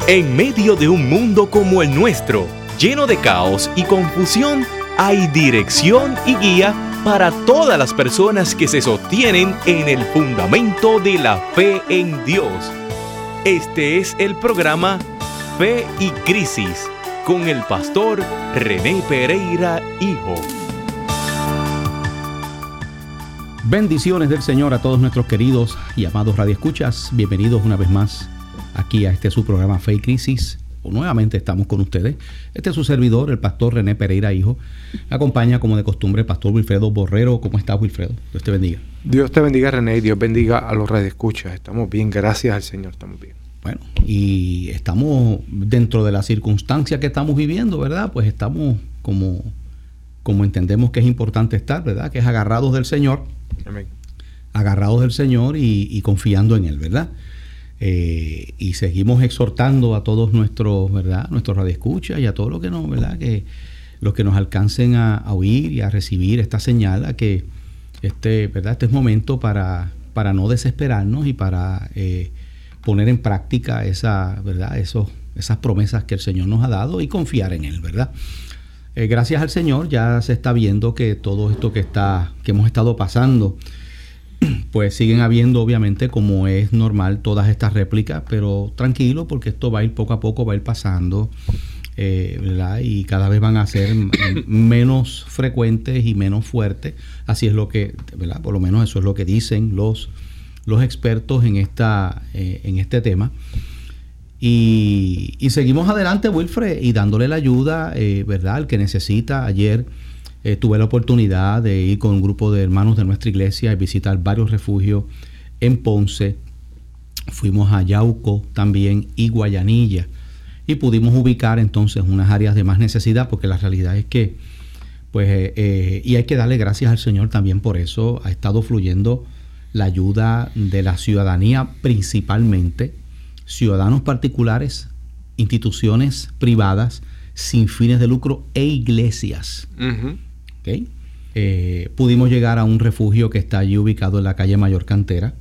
En medio de un mundo como el nuestro, lleno de caos y confusión, hay dirección y guía para todas las personas que se sostienen en el fundamento de la fe en Dios. Este es el programa Fe y Crisis con el pastor René Pereira Hijo. Bendiciones del Señor a todos nuestros queridos y amados radioescuchas. Bienvenidos una vez más aquí a su programa Fe y Crisis. Nuevamente estamos con ustedes. Este es su servidor, el pastor René Pereira Hijo. Me acompaña, como de costumbre, el pastor Wilfredo Borrero. ¿Cómo estás, Wilfredo? Dios te bendiga. Dios te bendiga, René, y Dios bendiga a los radioescuchas. Estamos bien, gracias al Señor, estamos bien. Bueno, y estamos dentro de la circunstancia que estamos viviendo, ¿verdad? Pues estamos como entendemos que es importante estar, ¿verdad? Que es agarrados del Señor. Amén. Agarrados del Señor y confiando en Él, ¿verdad? Y seguimos exhortando a todos nuestros, ¿verdad? Nuestros radioescuchas y a todos los que nos, ¿verdad? Que los que nos alcancen a oír y a recibir esta señal, a que ¿verdad? Este es momento para no desesperarnos y para poner en práctica ¿verdad? Esas promesas que el Señor nos ha dado y confiar en Él, ¿verdad? Gracias al Señor ya se está viendo que todo esto que hemos estado pasando, pues siguen habiendo, obviamente, como es normal, todas estas réplicas, pero tranquilo, porque esto va a ir poco a poco, va a ir pasando, ¿verdad? Y cada vez van a ser menos frecuentes y menos fuertes. Así es lo que, ¿verdad? Por lo menos eso es lo que dicen los expertos en este tema. Y seguimos adelante, Wilfred, y dándole la ayuda, ¿verdad? Al que necesita. Ayer tuve la oportunidad de ir con un grupo de hermanos de nuestra iglesia y visitar varios refugios en Ponce. Fuimos a Yauco también y Guayanilla y pudimos ubicar entonces unas áreas de más necesidad, porque la realidad es que, pues, y hay que darle gracias al Señor también por eso, ha estado fluyendo la ayuda de la ciudadanía, principalmente ciudadanos particulares, instituciones privadas sin fines de lucro e iglesias. Uh-huh. ¿Okay? Pudimos llegar a un refugio que está allí ubicado en la calle Mayor Cantera,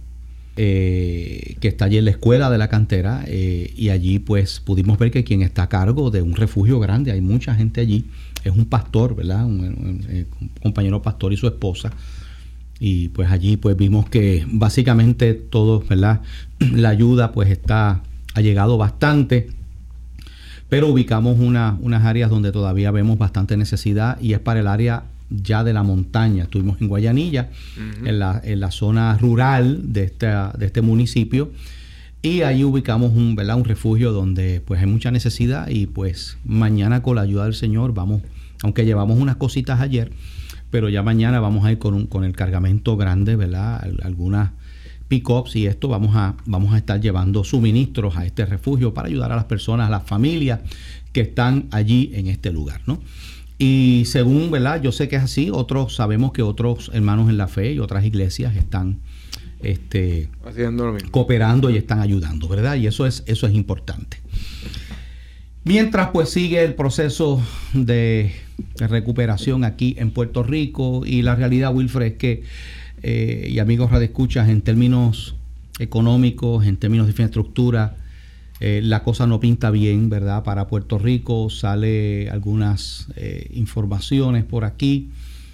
que está allí en la escuela de la Cantera, y allí pues pudimos ver que quien está a cargo de un refugio grande, hay mucha gente allí, es un pastor, ¿verdad? Un compañero pastor y su esposa. Y pues allí pues vimos que básicamente todo, ¿verdad? La ayuda pues ha llegado bastante, pero ubicamos unas áreas donde todavía vemos bastante necesidad, y es para el área ya de la montaña. Estuvimos en Guayanilla, uh-huh, en la zona rural de este municipio, y ahí ubicamos un refugio donde pues hay mucha necesidad, y pues mañana, con la ayuda del Señor, vamos, aunque llevamos unas cositas ayer, pero ya mañana vamos a ir con el cargamento grande, ¿verdad? Algunas pick-ups, y esto vamos a estar llevando suministros a este refugio para ayudar a las personas, a las familias que están allí en este lugar, ¿no? Y según, ¿verdad? Yo sé que es así, sabemos que otros hermanos en la fe y otras iglesias están haciendo lo mismo, cooperando y están ayudando, ¿verdad? Y eso es importante. Mientras pues sigue el proceso de recuperación aquí en Puerto Rico, y la realidad, Wilfred, es que, y amigos radioescuchas, en términos económicos, en términos de infraestructura, la cosa no pinta bien, ¿verdad? Para Puerto Rico sale algunas informaciones por aquí.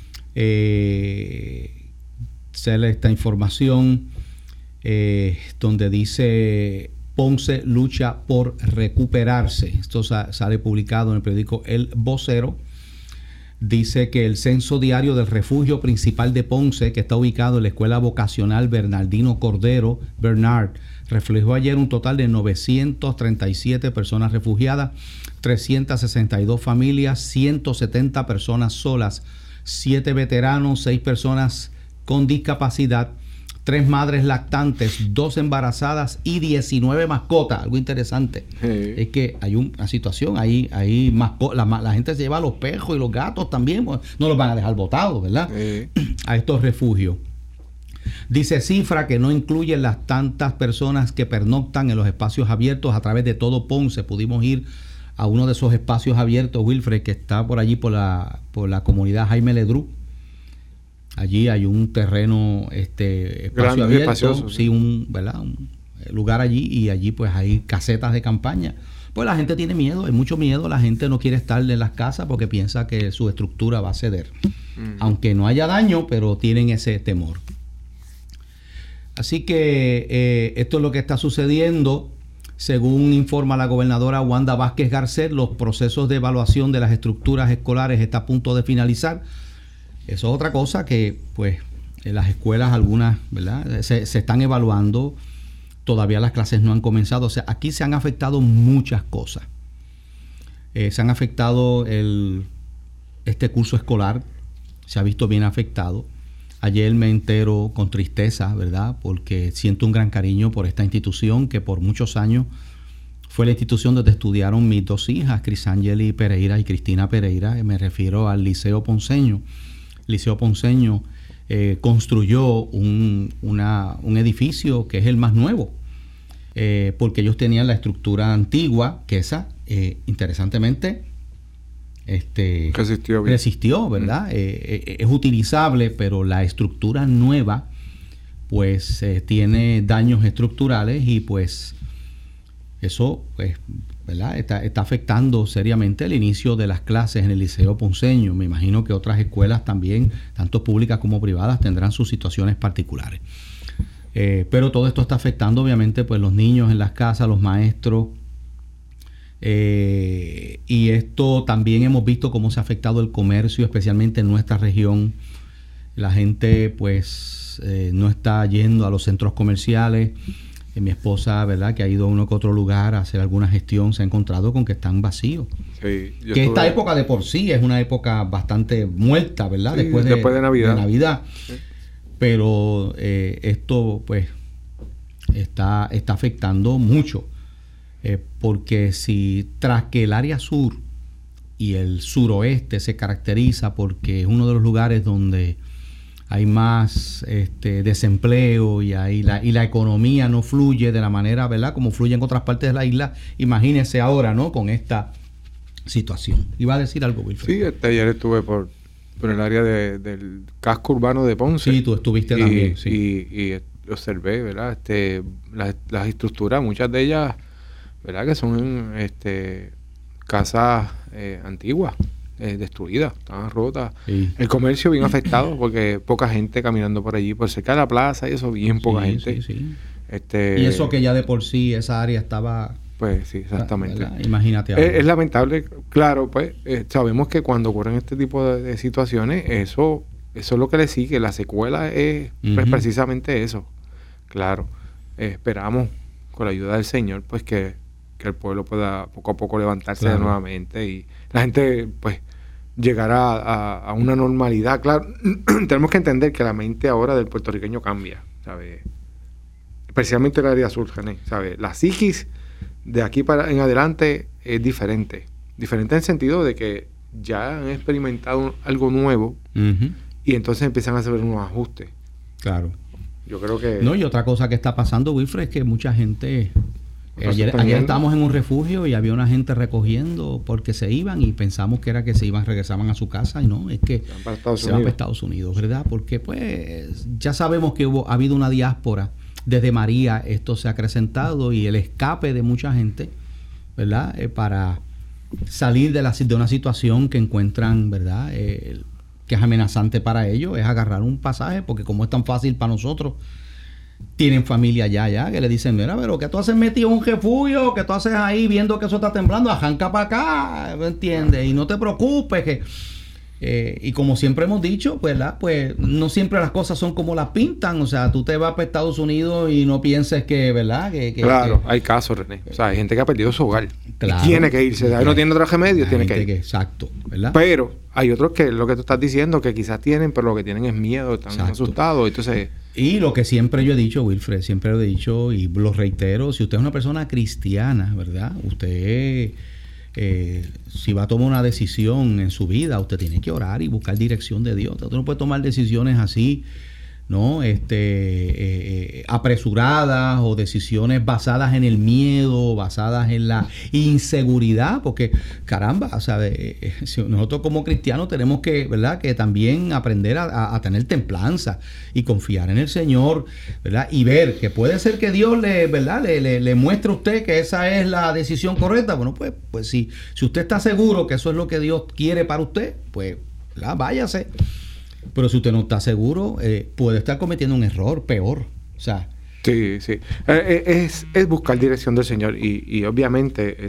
Sale esta información donde dice: Ponce lucha por recuperarse. Esto sale publicado en el periódico El Vocero. Dice que el censo diario del refugio principal de Ponce, que está ubicado en la Escuela Vocacional Bernardino Cordero, Bernard, reflejó ayer un total de 937 personas refugiadas, 362 familias, 170 personas solas, 7 veteranos, 6 personas con discapacidad, 3 madres lactantes, 2 embarazadas y 19 mascotas. Algo interesante es que hay una situación ahí, la gente se lleva a los perros y los gatos también, pues, no los van a dejar botados, ¿verdad? A estos refugios. Dice cifra que no incluye las tantas personas que pernoctan en los espacios abiertos a través de todo Ponce. Pudimos ir a uno de esos espacios abiertos, Wilfred, que está por allí por la comunidad Jaime Ledru. Allí hay un terreno espacio grande, abierto, espacioso, sí, un lugar allí, y allí pues hay casetas de campaña pues la gente tiene miedo, hay mucho miedo, la gente no quiere estar en las casas porque piensa que su estructura va a ceder. Aunque no haya daño, pero tienen ese temor. Así que esto es lo que está sucediendo. Según informa la gobernadora Wanda Vázquez Garcet, los procesos de evaluación de las estructuras escolares está a punto de finalizar. Eso es otra cosa que, pues, en las escuelas algunas, ¿verdad? Se están evaluando. Todavía las clases no han comenzado. O sea, aquí se han afectado muchas cosas. Se han afectado este curso escolar. Se ha visto bien afectado. Ayer me entero con tristeza, ¿verdad? Porque siento un gran cariño por esta institución que por muchos años fue la institución donde estudiaron mis dos hijas, Crisangeli Pereira y Cristina Pereira. Me refiero al Liceo Ponceño. Liceo Ponceño construyó un edificio que es el más nuevo, porque ellos tenían la estructura antigua, que esa, interesantemente, resistió, ¿verdad? Es utilizable, pero la estructura nueva pues tiene daños estructurales y pues eso, pues, ¿verdad? Está afectando seriamente el inicio de las clases en el Liceo Ponceño. Me imagino que otras escuelas también, tanto públicas como privadas, tendrán sus situaciones particulares. Pero todo esto está afectando obviamente pues los niños en las casas, los maestros. Y esto también hemos visto cómo se ha afectado el comercio, especialmente en nuestra región. La gente pues no está yendo a los centros comerciales. Mi esposa, ¿verdad?, que ha ido a uno que otro lugar a hacer alguna gestión, se ha encontrado con que están vacíos. Sí, que esta época de por sí es una época bastante muerta, ¿verdad? Sí, después de Navidad. Sí. Pero esto pues está afectando mucho. Porque si tras que el área sur y el suroeste se caracteriza porque es uno de los lugares donde hay más desempleo y la economía no fluye de la manera, ¿verdad?, como fluye en otras partes de la isla, imagínese ahora, ¿no?, con esta situación. ¿Iba a decir algo, Wilfred? Sí, ayer estuve por el área del casco urbano de Ponce. Sí, tú estuviste también. Sí. Y observé, ¿verdad?, las estructuras, muchas de ellas, ¿verdad?, que son casas antiguas, destruidas, estaban rotas. Sí. El comercio bien afectado porque poca gente caminando por allí, por cerca de la plaza y eso, bien poca gente. Sí. Y eso que ya de por sí esa área estaba... Pues sí, exactamente. ¿verdad? Imagínate ahora. Es lamentable, claro, pues sabemos que cuando ocurren este tipo de situaciones, eso es lo que le sigue, la secuela es pues, precisamente eso. Claro, esperamos con la ayuda del Señor pues que el pueblo pueda poco a poco levantarse nuevamente y la gente pues llegar a una normalidad. Claro, tenemos que entender que la mente ahora del puertorriqueño cambia, ¿sabes? Especialmente el área sur, René, ¿sabes? La psiquis de aquí en adelante es diferente. Diferente en el sentido de que ya han experimentado algo nuevo y entonces empiezan a hacer unos ajustes. Claro. Yo creo que... No, y otra cosa que está pasando, Wilfred, es que mucha gente... Ayer estábamos en un refugio y había una gente recogiendo porque se iban y pensamos que era que regresaban a su casa y no, es que se van para Estados Unidos, ¿verdad? Porque pues ya sabemos que ha habido una diáspora desde María, esto se ha acrecentado y el escape de mucha gente, ¿verdad? Para salir de una situación que encuentran, ¿verdad? Que es amenazante para ellos, es agarrar un pasaje porque como es tan fácil para nosotros, tienen familia allá que le dicen, mira, pero ¿qué tú haces metido en un refugio? ¿Qué tú haces ahí viendo que eso está temblando? Arranca para acá, ¿me entiendes? Y no te preocupes, que y como siempre hemos dicho, ¿verdad? Pues no siempre las cosas son como las pintan. O sea, tú te vas para Estados Unidos y no pienses que, ¿verdad? Claro, hay casos, René. O sea, hay gente que ha perdido su hogar. Claro. Y tiene que irse. No tiene otro remedio, tiene que ir. Exacto, ¿verdad? Pero hay otros que, lo que tú estás diciendo, que quizás tienen, pero lo que tienen es miedo, están asustados. Entonces... Y lo que siempre yo he dicho, Wilfred, siempre lo he dicho y lo reitero, si usted es una persona cristiana, ¿verdad? Usted... si va a tomar una decisión en su vida, usted tiene que orar y buscar dirección de Dios. Usted no puede tomar decisiones así ¿no? Apresuradas o decisiones basadas en el miedo, basadas en la inseguridad, porque caramba, o sea, nosotros como cristianos tenemos que, ¿verdad?, que también aprender a tener templanza y confiar en el Señor, ¿verdad? Y ver que puede ser que Dios le muestre a usted que esa es la decisión correcta. Bueno, pues si usted está seguro que eso es lo que Dios quiere para usted, pues, ¿verdad?, váyase. Pero si usted no está seguro, puede estar cometiendo un error peor. O sea, sí. Es buscar dirección del Señor. Y obviamente,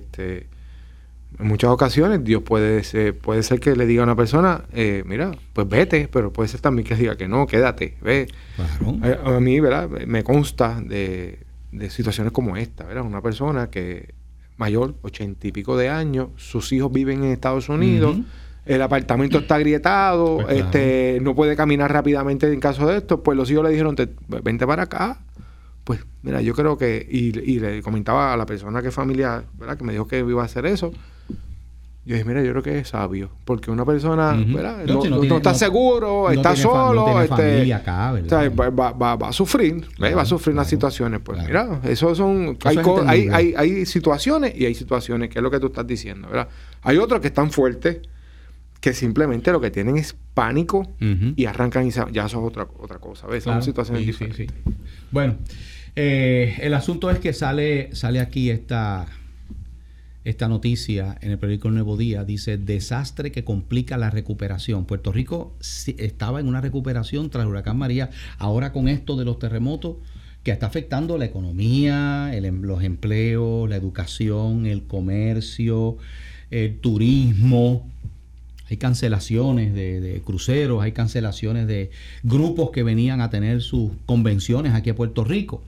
en muchas ocasiones, Dios puede ser que le diga a una persona, mira, pues vete, pero puede ser también que diga que no, quédate, ve. Claro. A mí, ¿verdad?, me consta de situaciones como esta, ¿verdad? Una persona que mayor, 80 y pico de años, sus hijos viven en Estados Unidos. Uh-huh. El apartamento está agrietado, pues claro, no puede caminar rápidamente en caso de esto. Pues los hijos le dijeron, vente para acá. Pues mira, yo creo que... Y le comentaba a la persona que es familiar, ¿verdad?, que me dijo que iba a hacer eso. Yo dije, mira, yo creo que es sabio. Porque una persona, uh-huh, ¿verdad?, no está seguro, está solo. No tiene familia acá, ¿verdad? O sea, va a sufrir, claro, va a sufrir las situaciones. Pues claro, mira, eso son... Hay situaciones y hay situaciones, que es lo que tú estás diciendo, ¿verdad? Hay otros que están fuertes, que simplemente lo que tienen es pánico, uh-huh, y arrancan y ya eso es otra cosa, ¿ves? Claro, son situaciones diferentes. Sí. Bueno, el asunto es que sale aquí esta noticia en el periódico El Nuevo Día. Dice, desastre que complica la recuperación. Puerto Rico estaba en una recuperación tras el huracán María. Ahora con esto de los terremotos, que está afectando la economía, los empleos, la educación, el comercio, el turismo. Hay cancelaciones de cruceros, hay cancelaciones de grupos que venían a tener sus convenciones aquí a Puerto Rico.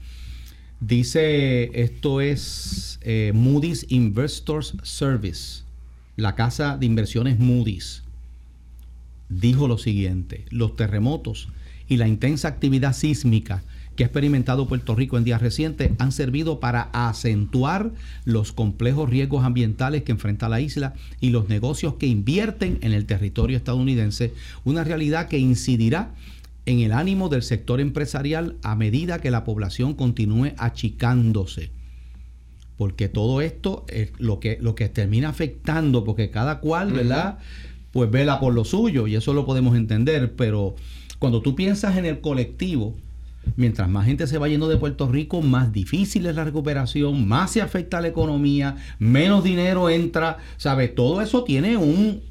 Dice, esto es Moody's Investors Service, la casa de inversiones Moody's, dijo lo siguiente: los terremotos y la intensa actividad sísmica que ha experimentado Puerto Rico en días recientes han servido para acentuar los complejos riesgos ambientales que enfrenta la isla y los negocios que invierten en el territorio estadounidense, una realidad que incidirá en el ánimo del sector empresarial a medida que la población continúe achicándose. Porque todo esto es lo que termina afectando, porque cada cual, ¿verdad?, pues vela por lo suyo, y eso lo podemos entender, pero cuando tú piensas en el colectivo, mientras más gente se va yendo de Puerto Rico, más difícil es la recuperación, más se afecta a la economía, menos dinero entra, ¿sabes? Todo eso tiene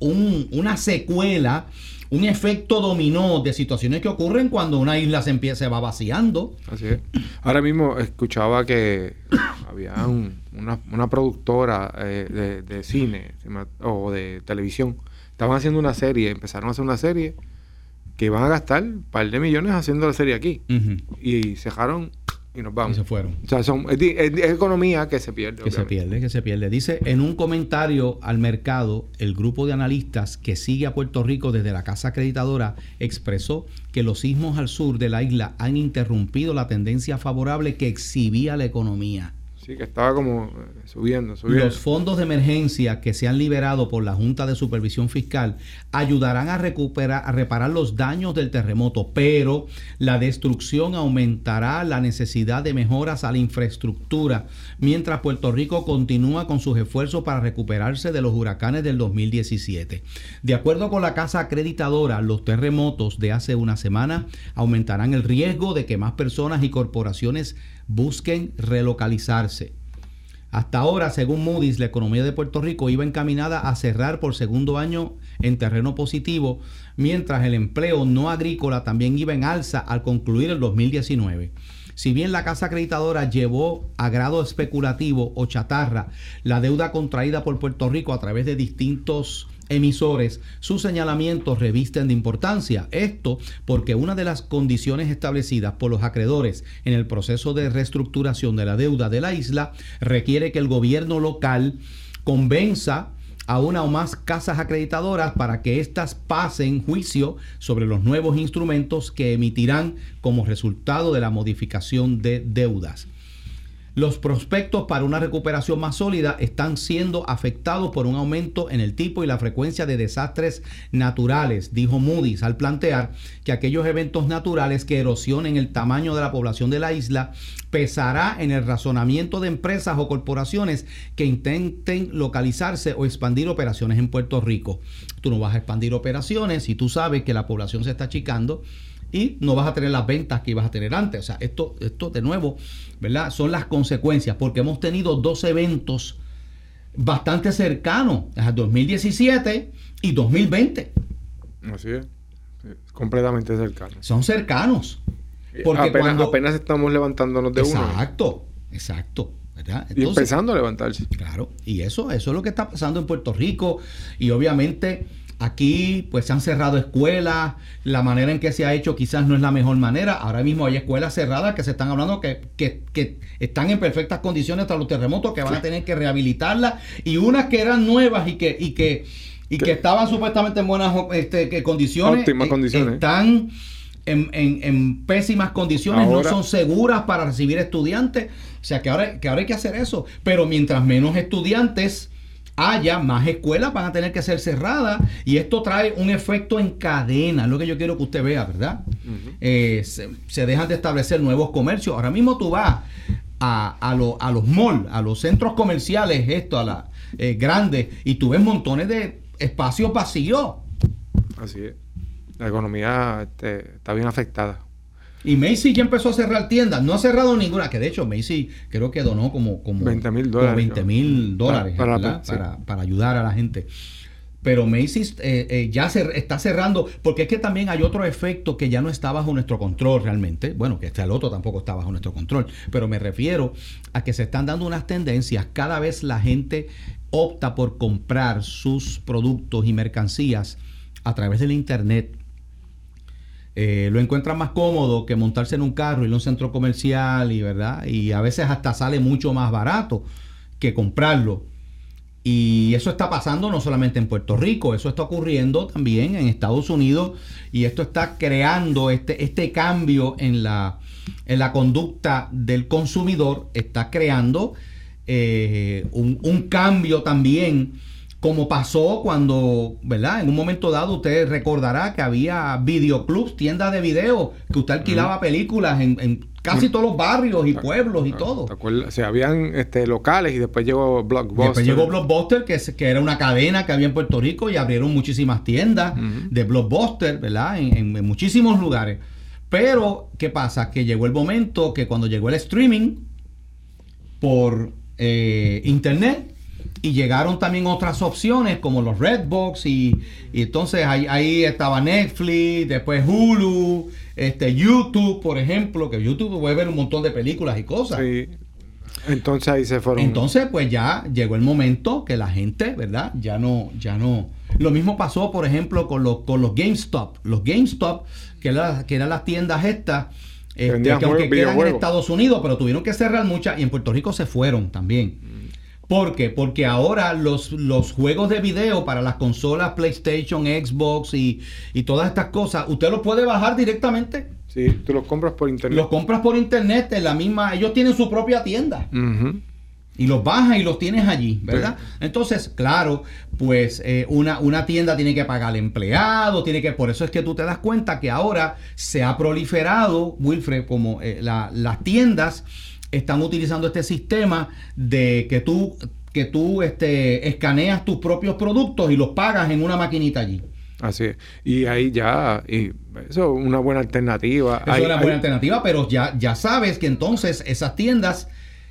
una secuela, un efecto dominó de situaciones que ocurren cuando una isla se va vaciando. Así es. Ahora mismo escuchaba que había una productora de cine o de televisión. Estaban haciendo una serie, empezaron a hacer una serie que iban a gastar un par de millones haciendo la serie aquí. Uh-huh. Y cejaron y nos vamos. Y se fueron. O sea, es economía que se pierde. Que se pierde. Dice, en un comentario al mercado, el grupo de analistas que sigue a Puerto Rico desde la casa acreditadora expresó que los sismos al sur de la isla han interrumpido la tendencia favorable que exhibía la economía. Sí, que estaba como subiendo. Los fondos de emergencia que se han liberado por la Junta de Supervisión Fiscal ayudarán a reparar los daños del terremoto, pero la destrucción aumentará la necesidad de mejoras a la infraestructura, mientras Puerto Rico continúa con sus esfuerzos para recuperarse de los huracanes del 2017. De acuerdo con la casa acreditadora, los terremotos de hace una semana aumentarán el riesgo de que más personas y corporaciones busquen relocalizarse. Hasta ahora, según Moody's, la economía de Puerto Rico iba encaminada a cerrar por segundo año en terreno positivo, mientras el empleo no agrícola también iba en alza al concluir el 2019. Si bien la casa acreditadora llevó a grado especulativo o chatarra la deuda contraída por Puerto Rico a través de distintos emisores, sus señalamientos revisten de importancia. Esto porque una de las condiciones establecidas por los acreedores en el proceso de reestructuración de la deuda de la isla requiere que el gobierno local convenza a una o más casas acreditadoras para que éstas pasen juicio sobre los nuevos instrumentos que emitirán como resultado de la modificación de deudas. Los prospectos para una recuperación más sólida están siendo afectados por un aumento en el tipo y la frecuencia de desastres naturales, dijo Moody's, al plantear que aquellos eventos naturales que erosionen el tamaño de la población de la isla pesará en el razonamiento de empresas o corporaciones que intenten localizarse o expandir operaciones en Puerto Rico. Tú no vas a expandir operaciones si tú sabes que la población se está achicando y no vas a tener las ventas que ibas a tener antes. O sea, esto de nuevo, ¿verdad? Son las consecuencias, porque hemos tenido dos eventos bastante cercanos, 2017 y 2020. Así es, completamente cercanos. Son cercanos. Porque apenas estamos levantándonos de uno. Exacto. ¿Verdad? Entonces, y empezando a levantarse. Claro, y eso es lo que está pasando en Puerto Rico. Y obviamente aquí pues se han cerrado escuelas, la manera en que se ha hecho quizás no es la mejor manera. Ahora mismo hay escuelas cerradas que se están hablando que están en perfectas condiciones tras los terremotos, que van a tener que rehabilitarlas, y unas que eran nuevas y que estaban supuestamente en buenas condiciones, óptimas condiciones, están en pésimas condiciones, ahora, no son seguras para recibir estudiantes. O sea que ahora hay que hacer eso. Pero mientras menos estudiantes haya, más escuelas van a tener que ser cerradas, y esto trae un efecto en cadena, es lo que yo quiero que usted vea, ¿verdad? Uh-huh. Se dejan de establecer nuevos comercios. Ahora mismo tú vas a los malls, a los centros comerciales, grandes, y tú ves montones de espacios vacíos. Así es. La economía está bien afectada. Y Macy's ya empezó a cerrar tiendas. No ha cerrado ninguna, que de hecho Macy's creo que donó como $20,000 para ayudar a la gente. Pero Macy's ya está cerrando, porque es que también hay otro efecto que ya no está bajo nuestro control realmente. Bueno, que el otro tampoco está bajo nuestro control, pero me refiero a que se están dando unas tendencias. Cada vez la gente opta por comprar sus productos y mercancías a través del internet. Lo encuentran más cómodo que montarse en un carro, ir a un centro comercial, y a veces hasta sale mucho más barato que comprarlo. Y eso está pasando no solamente en Puerto Rico, eso está ocurriendo también en Estados Unidos, y esto está creando este cambio en la conducta del consumidor. Está creando un cambio también, como pasó cuando, ¿verdad? En un momento dado usted recordará que había videoclubs, tiendas de video, que usted alquilaba películas en casi todos los barrios y pueblos y todo. ¿Te acuerdas? O sea, habían locales, y después llegó Blockbuster. Después llegó Blockbuster, que era una cadena que había en Puerto Rico, y abrieron muchísimas tiendas de Blockbuster, ¿verdad? En muchísimos lugares. Pero, ¿qué pasa? Que llegó el momento que cuando llegó el streaming por internet, y llegaron también otras opciones como los Redbox, y entonces ahí estaba Netflix, después Hulu, YouTube, por ejemplo, que YouTube puede ver un montón de películas y cosas. Sí. Entonces ahí se fueron. Entonces pues ya llegó el momento que la gente, ¿verdad? Ya no. Lo mismo pasó, por ejemplo, con los GameStop. Los GameStop, que eran las tiendas estas, que aunque quedan en Estados Unidos, pero tuvieron que cerrar muchas, y en Puerto Rico se fueron también. ¿Por qué? Porque ahora los juegos de video para las consolas PlayStation, Xbox y todas estas cosas, usted los puede bajar directamente. Sí, tú los compras por internet. Los compras por internet en la misma. Ellos tienen su propia tienda. Uh-huh. Y los bajas y los tienes allí, ¿verdad? Sí. Entonces, claro, pues una tienda tiene que pagar al empleado, por eso es que tú te das cuenta que ahora se ha proliferado, Wilfred, como las tiendas están utilizando este sistema de que tú escaneas tus propios productos y los pagas en una maquinita allí. Así es. Y ahí eso es una buena alternativa. Eso es una buena alternativa, pero ya sabes que entonces esas tiendas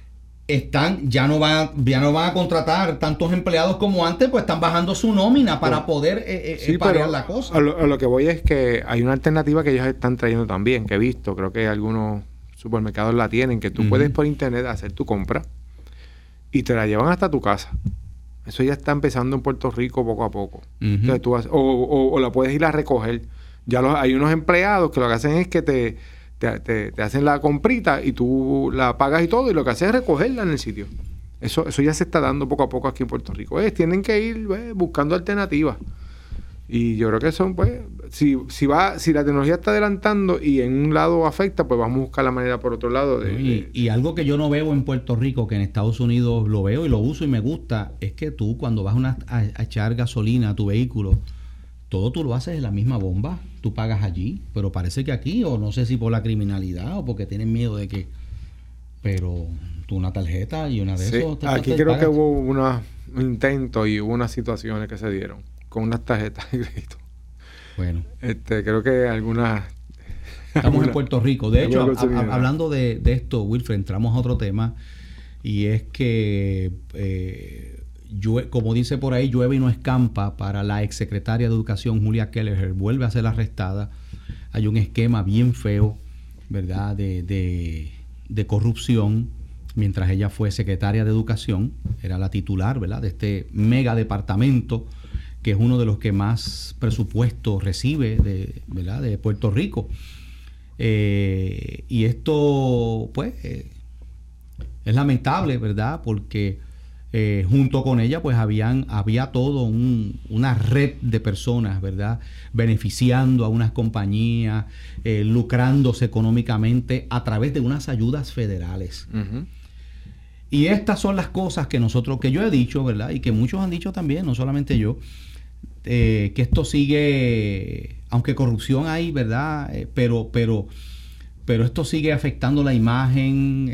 ya no van a contratar tantos empleados como antes, pues están bajando su nómina para poder pagar la cosa. A lo que voy es que hay una alternativa que ellos están trayendo también, que he visto, creo que algunos supermercados la tienen, que tú puedes por internet hacer tu compra y te la llevan hasta tu casa. Eso ya está empezando en Puerto Rico poco a poco. Entonces tú o la puedes ir a recoger. Hay unos empleados que lo que hacen es que te hacen la comprita y tú la pagas y todo, y lo que haces es recogerla en el sitio. Eso ya se está dando poco a poco aquí en Puerto Rico. Tienen que ir buscando alternativas. Y yo creo que son si la tecnología está adelantando y en un lado afecta, pues vamos a buscar la manera por otro lado y algo que yo no veo en Puerto Rico, que en Estados Unidos lo veo y lo uso y me gusta, es que tú cuando vas a echar gasolina a tu vehículo, todo tú lo haces en la misma bomba, tú pagas allí, pero parece que aquí, o no sé si por la criminalidad o porque tienen miedo de que, pero tú una tarjeta y una de esos... Aquí creo que hubo un intento y hubo unas situaciones que se dieron con unas tarjetas de crédito. Bueno. Creo que algunas... Estamos en Puerto Rico. De hecho, hablando de esto, Wilfred, entramos a otro tema y es que, como dice por ahí, llueve y no escampa para la exsecretaria de Educación, Julia Kelleher, vuelve a ser arrestada. Hay un esquema bien feo, ¿verdad?, de corrupción, mientras ella fue secretaria de Educación, era la titular, ¿verdad?, de este mega departamento, que es uno de los que más presupuesto recibe ¿verdad?, de Puerto Rico. Y esto, pues, es lamentable, ¿verdad?, porque junto con ella, pues, había todo una red de personas, ¿verdad?, beneficiando a unas compañías, lucrándose económicamente a través de unas ayudas federales. Uh-huh. Y estas son las cosas que yo he dicho, ¿verdad?, y que muchos han dicho también, no solamente yo, que esto sigue, aunque corrupción hay, ¿verdad?, pero esto sigue afectando la imagen.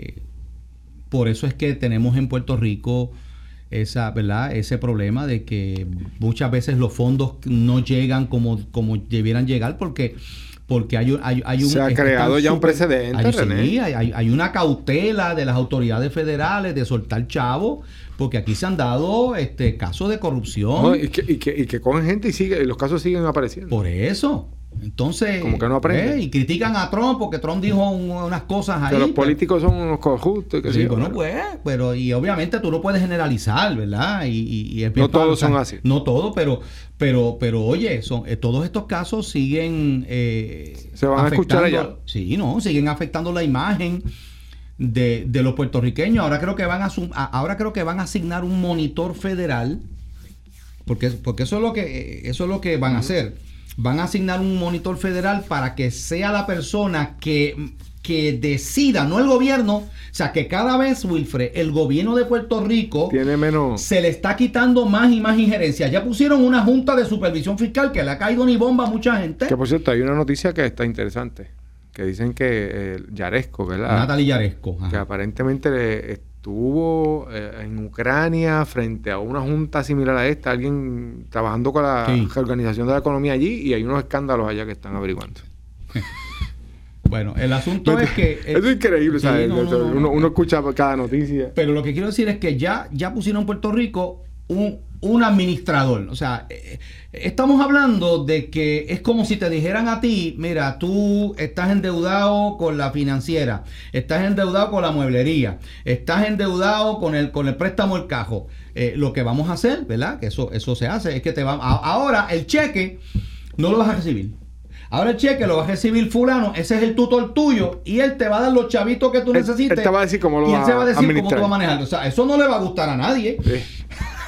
Por eso es que tenemos en Puerto Rico ¿verdad?, ese problema de que muchas veces los fondos no llegan como debieran llegar porque hay un... Se ha creado ya un precedente, René. Sí, hay una cautela de las autoridades federales de soltar chavos, porque aquí se han dado casos de corrupción. No, y que cogen gente y los casos siguen apareciendo. Por eso. Entonces, como que no aprenden. Y critican a Trump porque Trump dijo unas cosas ahí. Que los políticos son unos corruptos. Sí, bueno, pues, y obviamente tú no puedes generalizar, ¿verdad? Y es no todos son así. No todos, pero oye, todos estos casos siguen se van a escuchar allá. Sí, no, siguen afectando la imagen de los puertorriqueños. Ahora creo que van a asignar un monitor federal, porque eso es lo que van a hacer. Van a asignar un monitor federal para que sea la persona que decida, no el gobierno. O sea, que cada vez, Wilfred, el gobierno de Puerto Rico tiene menos, se le está quitando más y más injerencia. Ya pusieron una junta de supervisión fiscal que le ha caído ni bomba a mucha gente. Que por cierto, hay una noticia que está interesante, que dicen que Yaresco, ¿verdad? Natalie Yaresco. Que aparentemente estuvo en Ucrania frente a una junta similar a esta, alguien trabajando con la organización de la economía allí, y hay unos escándalos allá que están averiguando. Bueno, el asunto es que... Eso es increíble, ¿sabes? Uno escucha cada noticia. Pero lo que quiero decir es que ya pusieron en Puerto Rico un administrador. O sea, estamos hablando de que es como si te dijeran a ti, mira, tú estás endeudado con la financiera, estás endeudado con la mueblería, estás endeudado con el préstamo del cajo. Lo que vamos a hacer, ¿verdad?, que eso se hace, es que ahora el cheque no lo vas a recibir. Ahora el cheque lo va a recibir fulano, ese es el tutor tuyo, y él te va a dar los chavitos que tú necesites. Él te va a decir cómo lo vas a administrar. Y él se va a decir cómo tú vas a manejarlo. O sea, eso no le va a gustar a nadie. Sí.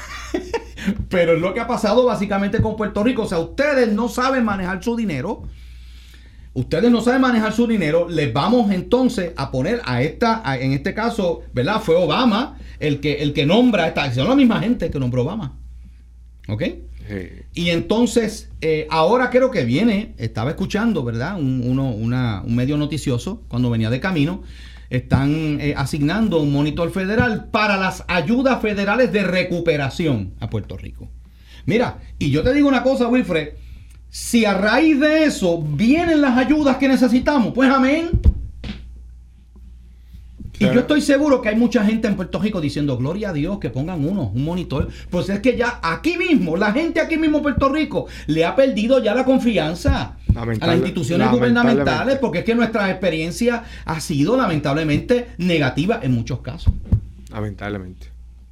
Pero es lo que ha pasado básicamente con Puerto Rico. O sea, ustedes no saben manejar su dinero. Les vamos entonces a poner en este caso, ¿verdad?, fue Obama el que nombra son la misma gente que nombró Obama. ¿Ok? Sí. Y entonces, ahora creo que estaba escuchando, ¿verdad?, un medio noticioso cuando venía de camino. Están asignando un monitor federal para las ayudas federales de recuperación a Puerto Rico. Mira, y yo te digo una cosa, Wilfred, si a raíz de eso vienen las ayudas que necesitamos, pues amén. Y yo estoy seguro que hay mucha gente en Puerto Rico diciendo, gloria a Dios, que pongan un monitor. Pues es que ya aquí mismo, la gente aquí mismo en Puerto Rico le ha perdido ya la confianza a las instituciones gubernamentales, porque es que nuestra experiencia ha sido lamentablemente negativa en muchos casos. Lamentablemente.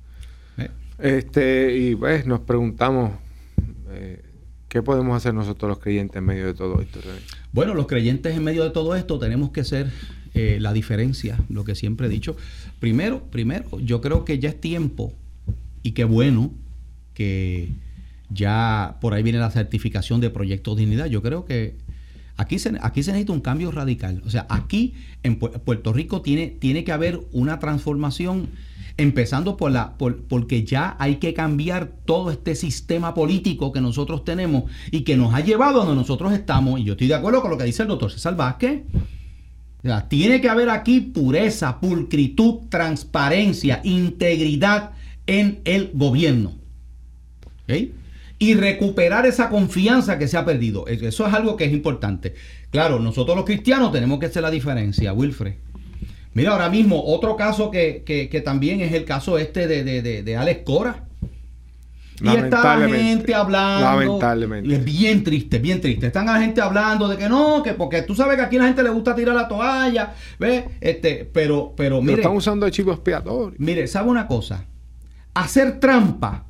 Y pues nos preguntamos, ¿qué podemos hacer nosotros los creyentes en medio de todo esto, René? Bueno, los creyentes en medio de todo esto tenemos que ser la diferencia, lo que siempre he dicho. Primero, yo creo que ya es tiempo, y qué bueno que Ya por ahí viene la certificación de Proyecto Dignidad. Yo creo que aquí se necesita un cambio radical. O sea, aquí en Puerto Rico tiene que haber una transformación, empezando porque ya hay que cambiar todo este sistema político que nosotros tenemos y que nos ha llevado a donde nosotros estamos. Y yo estoy de acuerdo con lo que dice el doctor César Vázquez. O sea, tiene que haber aquí pureza, pulcritud, transparencia, integridad en el gobierno. ¿Okay? Y recuperar esa confianza que se ha perdido. Eso es algo que es importante. Claro, nosotros los cristianos tenemos que hacer la diferencia, Wilfred. Mira, ahora mismo, otro caso que también es el caso de Alex Cora. Y está la gente hablando. Lamentablemente. Es bien triste, bien triste. Están la gente hablando de que no, que porque tú sabes que aquí a la gente le gusta tirar la toalla. ¿Ves? Pero mire. Lo están usando de chivo expiatorio. Mire, ¿sabe una cosa? Hacer trampa,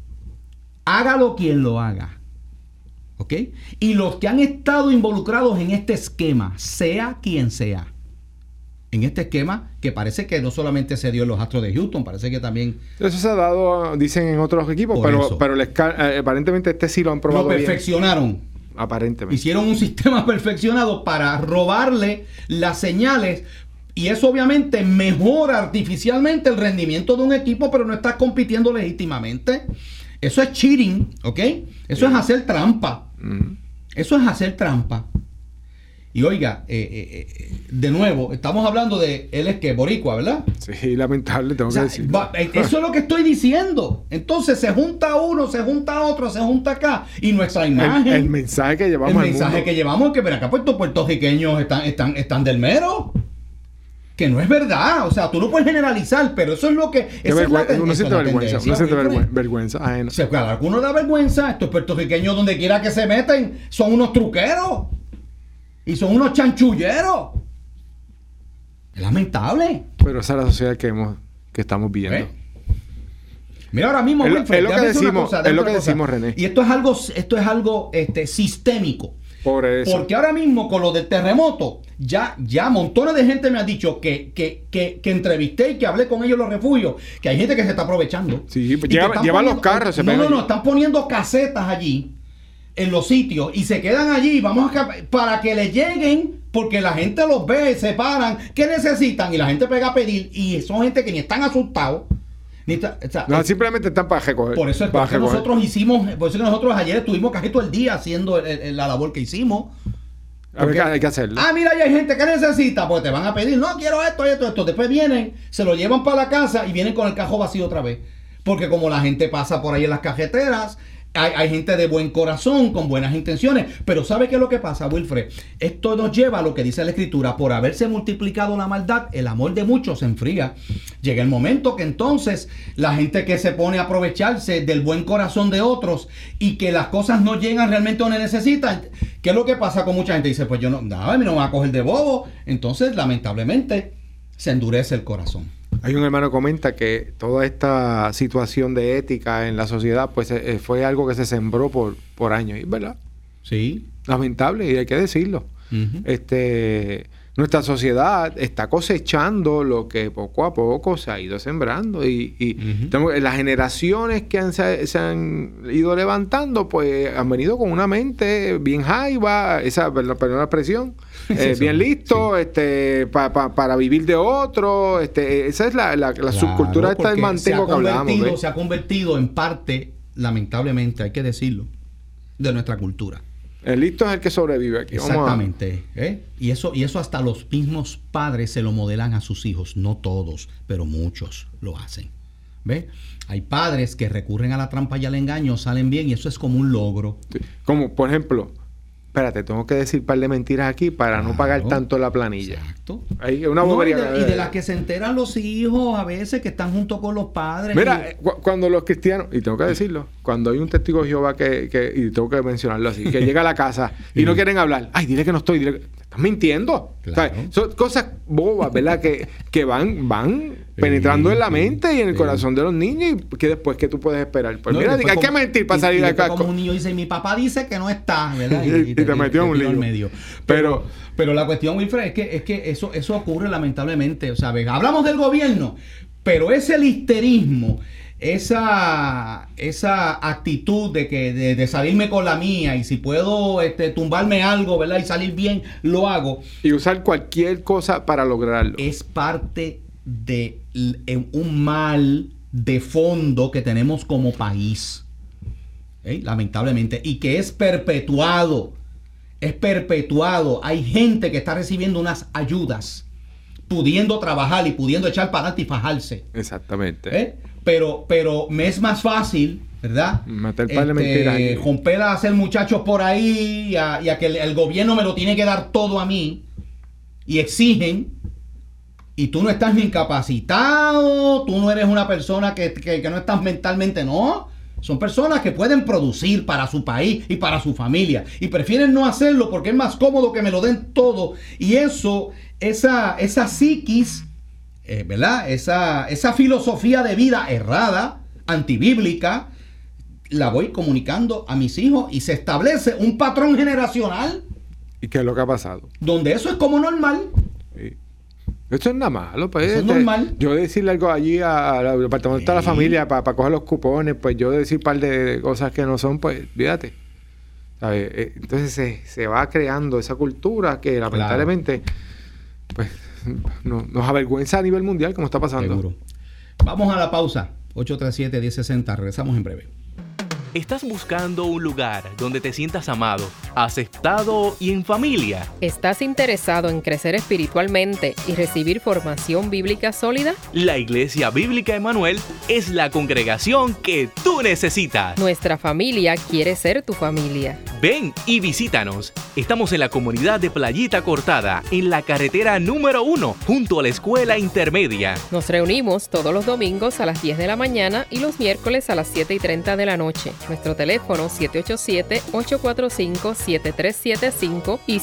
hágalo quien lo haga. ¿Ok? Y los que han estado involucrados en este esquema, sea quien sea, en este esquema que parece que no solamente se dio en los Astros de Houston, parece que también... Eso se ha dado, dicen en otros equipos, pero aparentemente este sí lo han probado bien. Lo perfeccionaron. Aparentemente. Hicieron un sistema perfeccionado para robarle las señales. Y eso obviamente mejora artificialmente el rendimiento de un equipo, pero no estás compitiendo legítimamente. Eso es cheating, ¿ok? Eso es hacer trampa. Eso es hacer trampa. Y oiga, de nuevo, estamos hablando de él es que boricua, ¿verdad? Sí, lamentable, tengo que decir. Eso es lo que estoy diciendo. Entonces se junta uno, se junta otro, se junta acá. Y nuestra imagen... El mensaje que llevamos al mundo. El mensaje que llevamos es que, ven acá, pues estos puertorriqueños están del mero. Que no es verdad. O sea, tú no puedes generalizar, pero eso es lo que... Uno siente vergüenza. Uno siente vergüenza ajena. O sea, claro, a alguno da vergüenza. Estos puertorriqueños, donde quiera que se meten, son unos truqueros. Y son unos chanchulleros. Es lamentable. Pero esa es la sociedad que estamos viendo. Mira, ahora mismo, Wilfred, es lo que decimos, René. Y esto es algo sistémico. Por eso. Porque ahora mismo, con lo del terremoto, ya montones de gente me ha dicho que entrevisté y que hablé con ellos en los refugios, que hay gente que se está aprovechando. Sí, llevan los carros. No, están poniendo casetas allí en los sitios y se quedan allí, para que le lleguen, porque la gente los ve, se paran, ¿qué necesitan? Y la gente pega a pedir, y son gente que ni están asustados, simplemente están para recoger. Por eso es que nosotros ayer estuvimos casi todo el día haciendo la labor que hicimos. Hay que hacerlo. Mira, ya hay gente que necesita, pues te van a pedir, no, quiero esto. Después vienen, se lo llevan para la casa y vienen con el cajón vacío otra vez. Porque como la gente pasa por ahí en las cajeteras, hay gente de buen corazón, con buenas intenciones, pero ¿sabe qué es lo que pasa, Wilfred? Esto nos lleva a lo que dice la Escritura: por haberse multiplicado la maldad, el amor de muchos se enfría. Llega el momento que entonces la gente que se pone a aprovecharse del buen corazón de otros y que las cosas no llegan realmente donde necesitan, ¿qué es lo que pasa con mucha gente? Dice, pues a mí no me va a coger de bobo. Entonces, lamentablemente, se endurece el corazón. Hay un hermano que comenta que toda esta situación de ética en la sociedad pues fue algo que se sembró por años, ¿verdad? Sí. Lamentable, y hay que decirlo. Nuestra sociedad está cosechando lo que poco a poco se ha ido sembrando y las generaciones que se han ido levantando pues han venido con una mente bien jaiba, perdón la expresión, bien listo, sí. Para vivir de otro, esa es la subcultura esta del mantengo que hablamos. Se ha convertido en parte, lamentablemente, hay que decirlo, de nuestra cultura. El listo es el que sobrevive aquí. Exactamente. Y eso hasta los mismos padres se lo modelan a sus hijos. No todos, pero muchos lo hacen. ¿Ves? Hay padres que recurren a la trampa y al engaño, salen bien, y eso es como un logro. Sí. Como, por ejemplo, espérate, tengo que decir un par de mentiras aquí para no pagar tanto la planilla. Exacto. Hay una bobería. Y de las que se enteran los hijos a veces que están junto con los padres. Mira, cuando los cristianos, y tengo que decirlo, cuando hay un testigo de Jehová y tengo que mencionarlo así, que llega a la casa y no quieren hablar, dile que no estoy, estás mintiendo. Claro. O sea, son cosas bobas, ¿verdad? que van penetrando en la mente y en el corazón de los niños, y que después que tú puedes esperar. Pues mira, hay que mentir para salir de acá. Como un niño dice, mi papá dice que no está, ¿verdad? Y te metió en un lío. Medio. Pero la cuestión, Wilfred, es que eso ocurre lamentablemente. O sea, hablamos del gobierno, pero ese listerismo esa actitud de salirme con la mía, y si puedo tumbarme algo, ¿verdad?, y salir bien, lo hago. Y usar cualquier cosa para lograrlo. Es parte de un mal de fondo que tenemos como país, lamentablemente, y que es perpetuado. Hay gente que está recibiendo unas ayudas, pudiendo trabajar y pudiendo echar para adelante y fajarse. Exactamente. Pero me es más fácil, ¿verdad?, meter par de mentiras, romper a hacer muchachos por ahí y a que el gobierno me lo tiene que dar todo a mí, y exigen, y tú no estás ni incapacitado, tú no eres una persona que no estás mentalmente, no. Son personas que pueden producir para su país y para su familia, y prefieren no hacerlo porque es más cómodo que me lo den todo. Y esa psiquis, ¿verdad?, esa filosofía de vida errada, antibíblica, la voy comunicando a mis hijos, y se establece un patrón generacional. ¿Y qué es lo que ha pasado? Donde eso es como normal. Sí. Esto es nada malo, pues. Eso es normal. Yo decirle algo allí al departamento de la familia para coger los cupones, pues yo decir un par de cosas que no son, pues, fíjate. ¿Sabes? Entonces se va creando esa cultura que lamentablemente, pues, nos avergüenza a nivel mundial, como está pasando. Seguro. Vamos a la pausa. 837-1060. Regresamos en breve. ¿Estás buscando un lugar donde te sientas amado, aceptado y en familia? ¿Estás interesado en crecer espiritualmente y recibir formación bíblica sólida? La Iglesia Bíblica Emanuel es la congregación que tú necesitas. Nuestra familia quiere ser tu familia. Ven y visítanos. Estamos en la comunidad de Playita Cortada, en la carretera número 1, junto a la escuela intermedia. Nos reunimos todos los domingos a las 10 de la mañana y los miércoles a las 7:30 de la noche. Nuestro teléfono 787-845-7375 y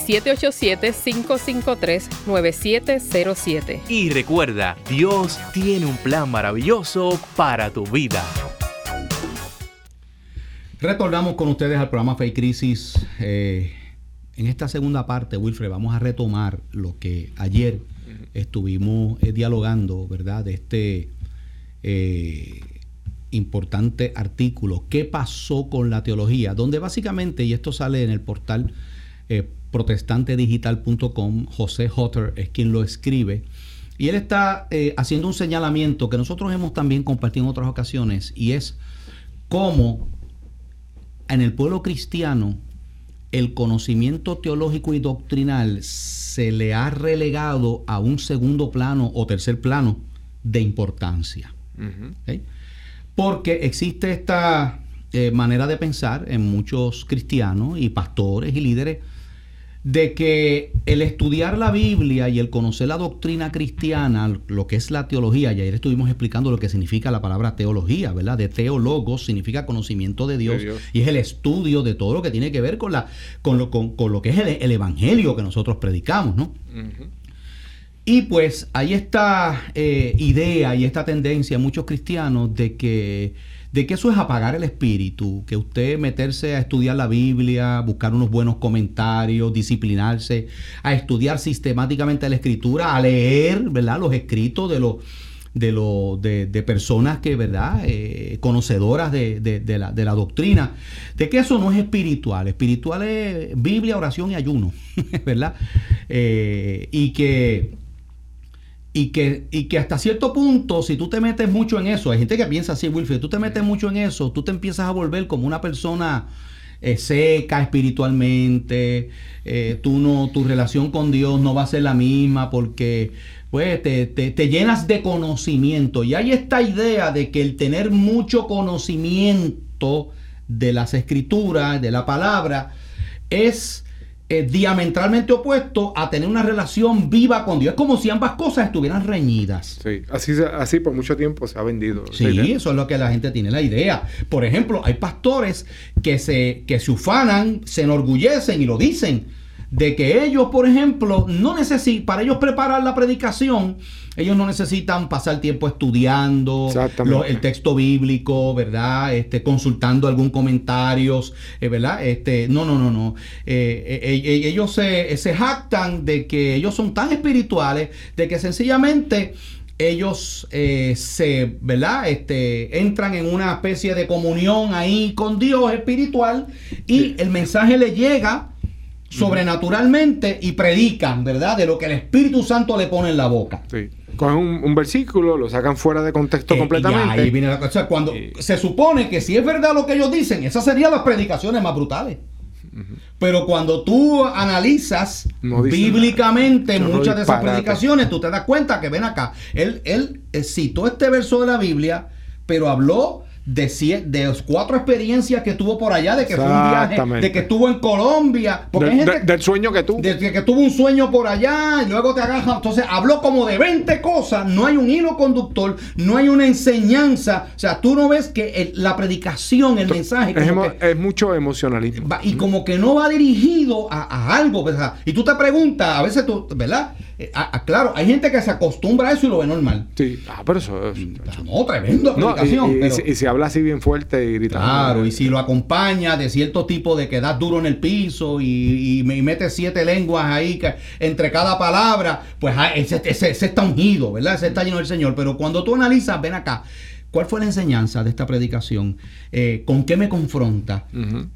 787-553-9707. Y recuerda, Dios tiene un plan maravilloso para tu vida. Retornamos con ustedes al programa Fe y Crisis. En esta segunda parte, Wilfred, vamos a retomar lo que ayer estuvimos dialogando, ¿verdad?, de este importante artículo, ¿qué pasó con la teología? Donde básicamente, y esto sale en el portal protestantedigital.com, José Hutter es quien lo escribe, y él está haciendo un señalamiento que nosotros hemos también compartido en otras ocasiones, y es cómo en el pueblo cristiano el conocimiento teológico y doctrinal se le ha relegado a un segundo plano o tercer plano de importancia. ¿Okay? Porque existe esta manera de pensar en muchos cristianos y pastores y líderes de que el estudiar la Biblia y el conocer la doctrina cristiana, lo que es la teología, y ayer estuvimos explicando lo que significa la palabra teología, ¿verdad? De teólogos significa conocimiento de Dios, y es el estudio de todo lo que tiene que ver con lo que es el evangelio que nosotros predicamos, ¿no? Y pues hay esta idea y esta tendencia en muchos cristianos de que eso es apagar el espíritu, que usted meterse a estudiar la Biblia, buscar unos buenos comentarios, disciplinarse, a estudiar sistemáticamente la Escritura, a leer, ¿verdad?, los escritos de personas que, ¿verdad?, conocedoras de la doctrina, de que eso no es espiritual. Espiritual es Biblia, oración y ayuno, ¿verdad? Y que hasta cierto punto, si tú te metes mucho en eso, hay gente que piensa así, Wilfred, tú te metes mucho en eso, tú te empiezas a volver como una persona seca espiritualmente, tu relación con Dios no va a ser la misma porque pues te llenas de conocimiento. Y hay esta idea de que el tener mucho conocimiento de las Escrituras, de la palabra, es diametralmente opuesto a tener una relación viva con Dios. Es como si ambas cosas estuvieran reñidas. Sí, así por mucho tiempo se ha vendido. Sí, eso es lo que la gente tiene la idea. Por ejemplo, hay pastores que se ufanan, se enorgullecen y lo dicen, de que ellos, por ejemplo, no necesitan, para ellos preparar la predicación, ellos no necesitan pasar tiempo estudiando el texto bíblico, ¿verdad? Consultando algún comentario, ¿verdad? No. Ellos se jactan de que ellos son tan espirituales, de que sencillamente ellos ¿verdad? Entran en una especie de comunión ahí con Dios espiritual y el mensaje les llega sobrenaturalmente y predican, ¿verdad? De lo que el Espíritu Santo le pone en la boca. Sí. Cogen un versículo, lo sacan fuera de contexto completamente. Y ahí viene la cosa. Cuando se supone que si es verdad lo que ellos dicen, esas serían las predicaciones más brutales. Pero cuando tú analizas bíblicamente muchas de esas predicaciones, tú te das cuenta que ven acá, él citó este verso de la Biblia, pero habló de 4 experiencias que tuvo por allá, de que fue un viaje, de que estuvo en Colombia, porque del sueño que tuvo, de que tuvo un sueño por allá y luego te agarra. Entonces habló como de 20 cosas, no hay un hilo conductor, no hay una enseñanza. O sea, tú no ves que la predicación, el mensaje es mucho emocionalismo y como que no va dirigido a algo, ¿verdad? Y tú te preguntas, a veces tú, ¿verdad? Claro, hay gente que se acostumbra a eso y lo ve normal. Sí, pero eso es tremenda predicación. Y si habla así bien fuerte y gritando. Claro, y si lo acompaña de cierto tipo de que das duro en el piso y mete 7 lenguas ahí entre cada palabra, pues ese está ungido, ¿verdad? Ese está lleno del Señor. Pero cuando tú analizas, ven acá, ¿cuál fue la enseñanza de esta predicación? ¿Con qué me confronta?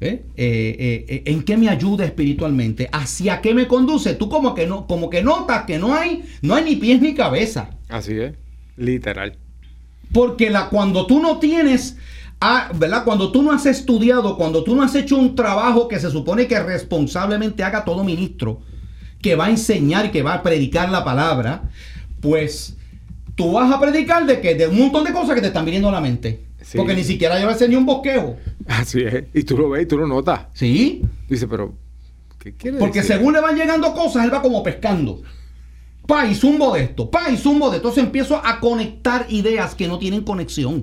¿En qué me ayuda espiritualmente? ¿Hacia qué me conduce? Tú como que notas que no hay ni pies ni cabeza. Así es, literal. Porque cuando tú no tienes, ¿verdad? Cuando tú no has estudiado, cuando tú no has hecho un trabajo que se supone que responsablemente haga todo ministro, que va a enseñar y que va a predicar la palabra, pues tú vas a predicar de un montón de cosas que te están viniendo a la mente. Sí. Porque ni siquiera llevarse ni un bosquejo. Así es. Y tú lo ves y tú lo notas. Sí. Dice, pero ¿qué quiere Porque decir? según le van llegando cosas, él va como pescando. Y zumbo de esto. Y zumbo de esto. Entonces empiezo a conectar ideas que no tienen conexión.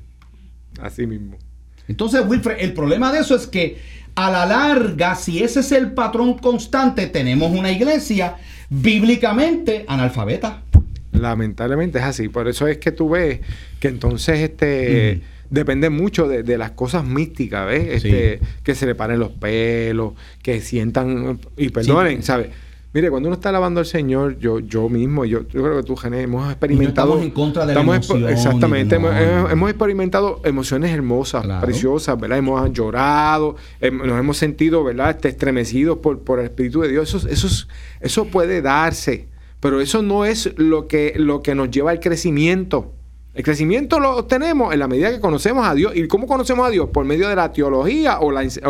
Así mismo. Entonces, Wilfred, el problema de eso es que a la larga, si ese es el patrón constante, tenemos una iglesia bíblicamente analfabeta. Lamentablemente es así. Por eso es que tú ves que entonces depende mucho de las cosas místicas, ¿ves? Que se le paren los pelos, que sientan y perdonen, ¿sabes? Mire, cuando uno está alabando al Señor, yo mismo, yo creo que tú, Jané, hemos experimentado... No estamos en contra de la emoción. Exactamente. Hemos experimentado emociones hermosas, preciosas, ¿verdad? Hemos llorado, nos hemos sentido, ¿verdad? Estremecidos por el Espíritu de Dios. Eso puede darse, pero eso no es lo que nos lleva al crecimiento. El crecimiento lo obtenemos en la medida que conocemos a Dios. ¿Y cómo conocemos a Dios? Por medio de la teología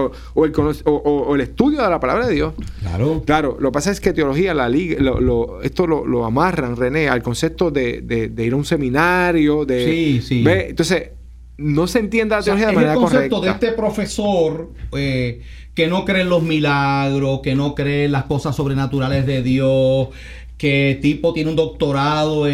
o el estudio de la palabra de Dios. Claro. Lo que pasa es que teología, esto lo amarran, René, al concepto de ir a un seminario. ¿Ve? Entonces, no se entiende la teología de manera correcta. El concepto de este profesor que no cree en los milagros, que no cree en las cosas sobrenaturales de Dios, que tipo tiene un doctorado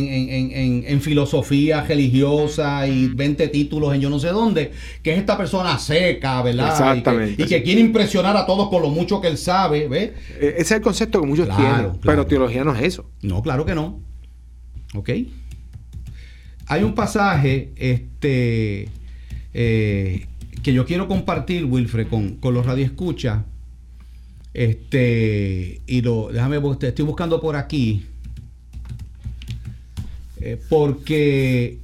en filosofía religiosa y 20 títulos en yo no sé dónde, que es esta persona seca, ¿verdad? Exactamente. Y que quiere impresionar a todos con lo mucho que él sabe, ¿ves? Ese es el concepto que muchos tienen, pero teología no es eso. No, claro que no. ¿Ok? Hay un pasaje que yo quiero compartir, Wilfred, con los radioescuchas. Déjame, estoy buscando por aquí porque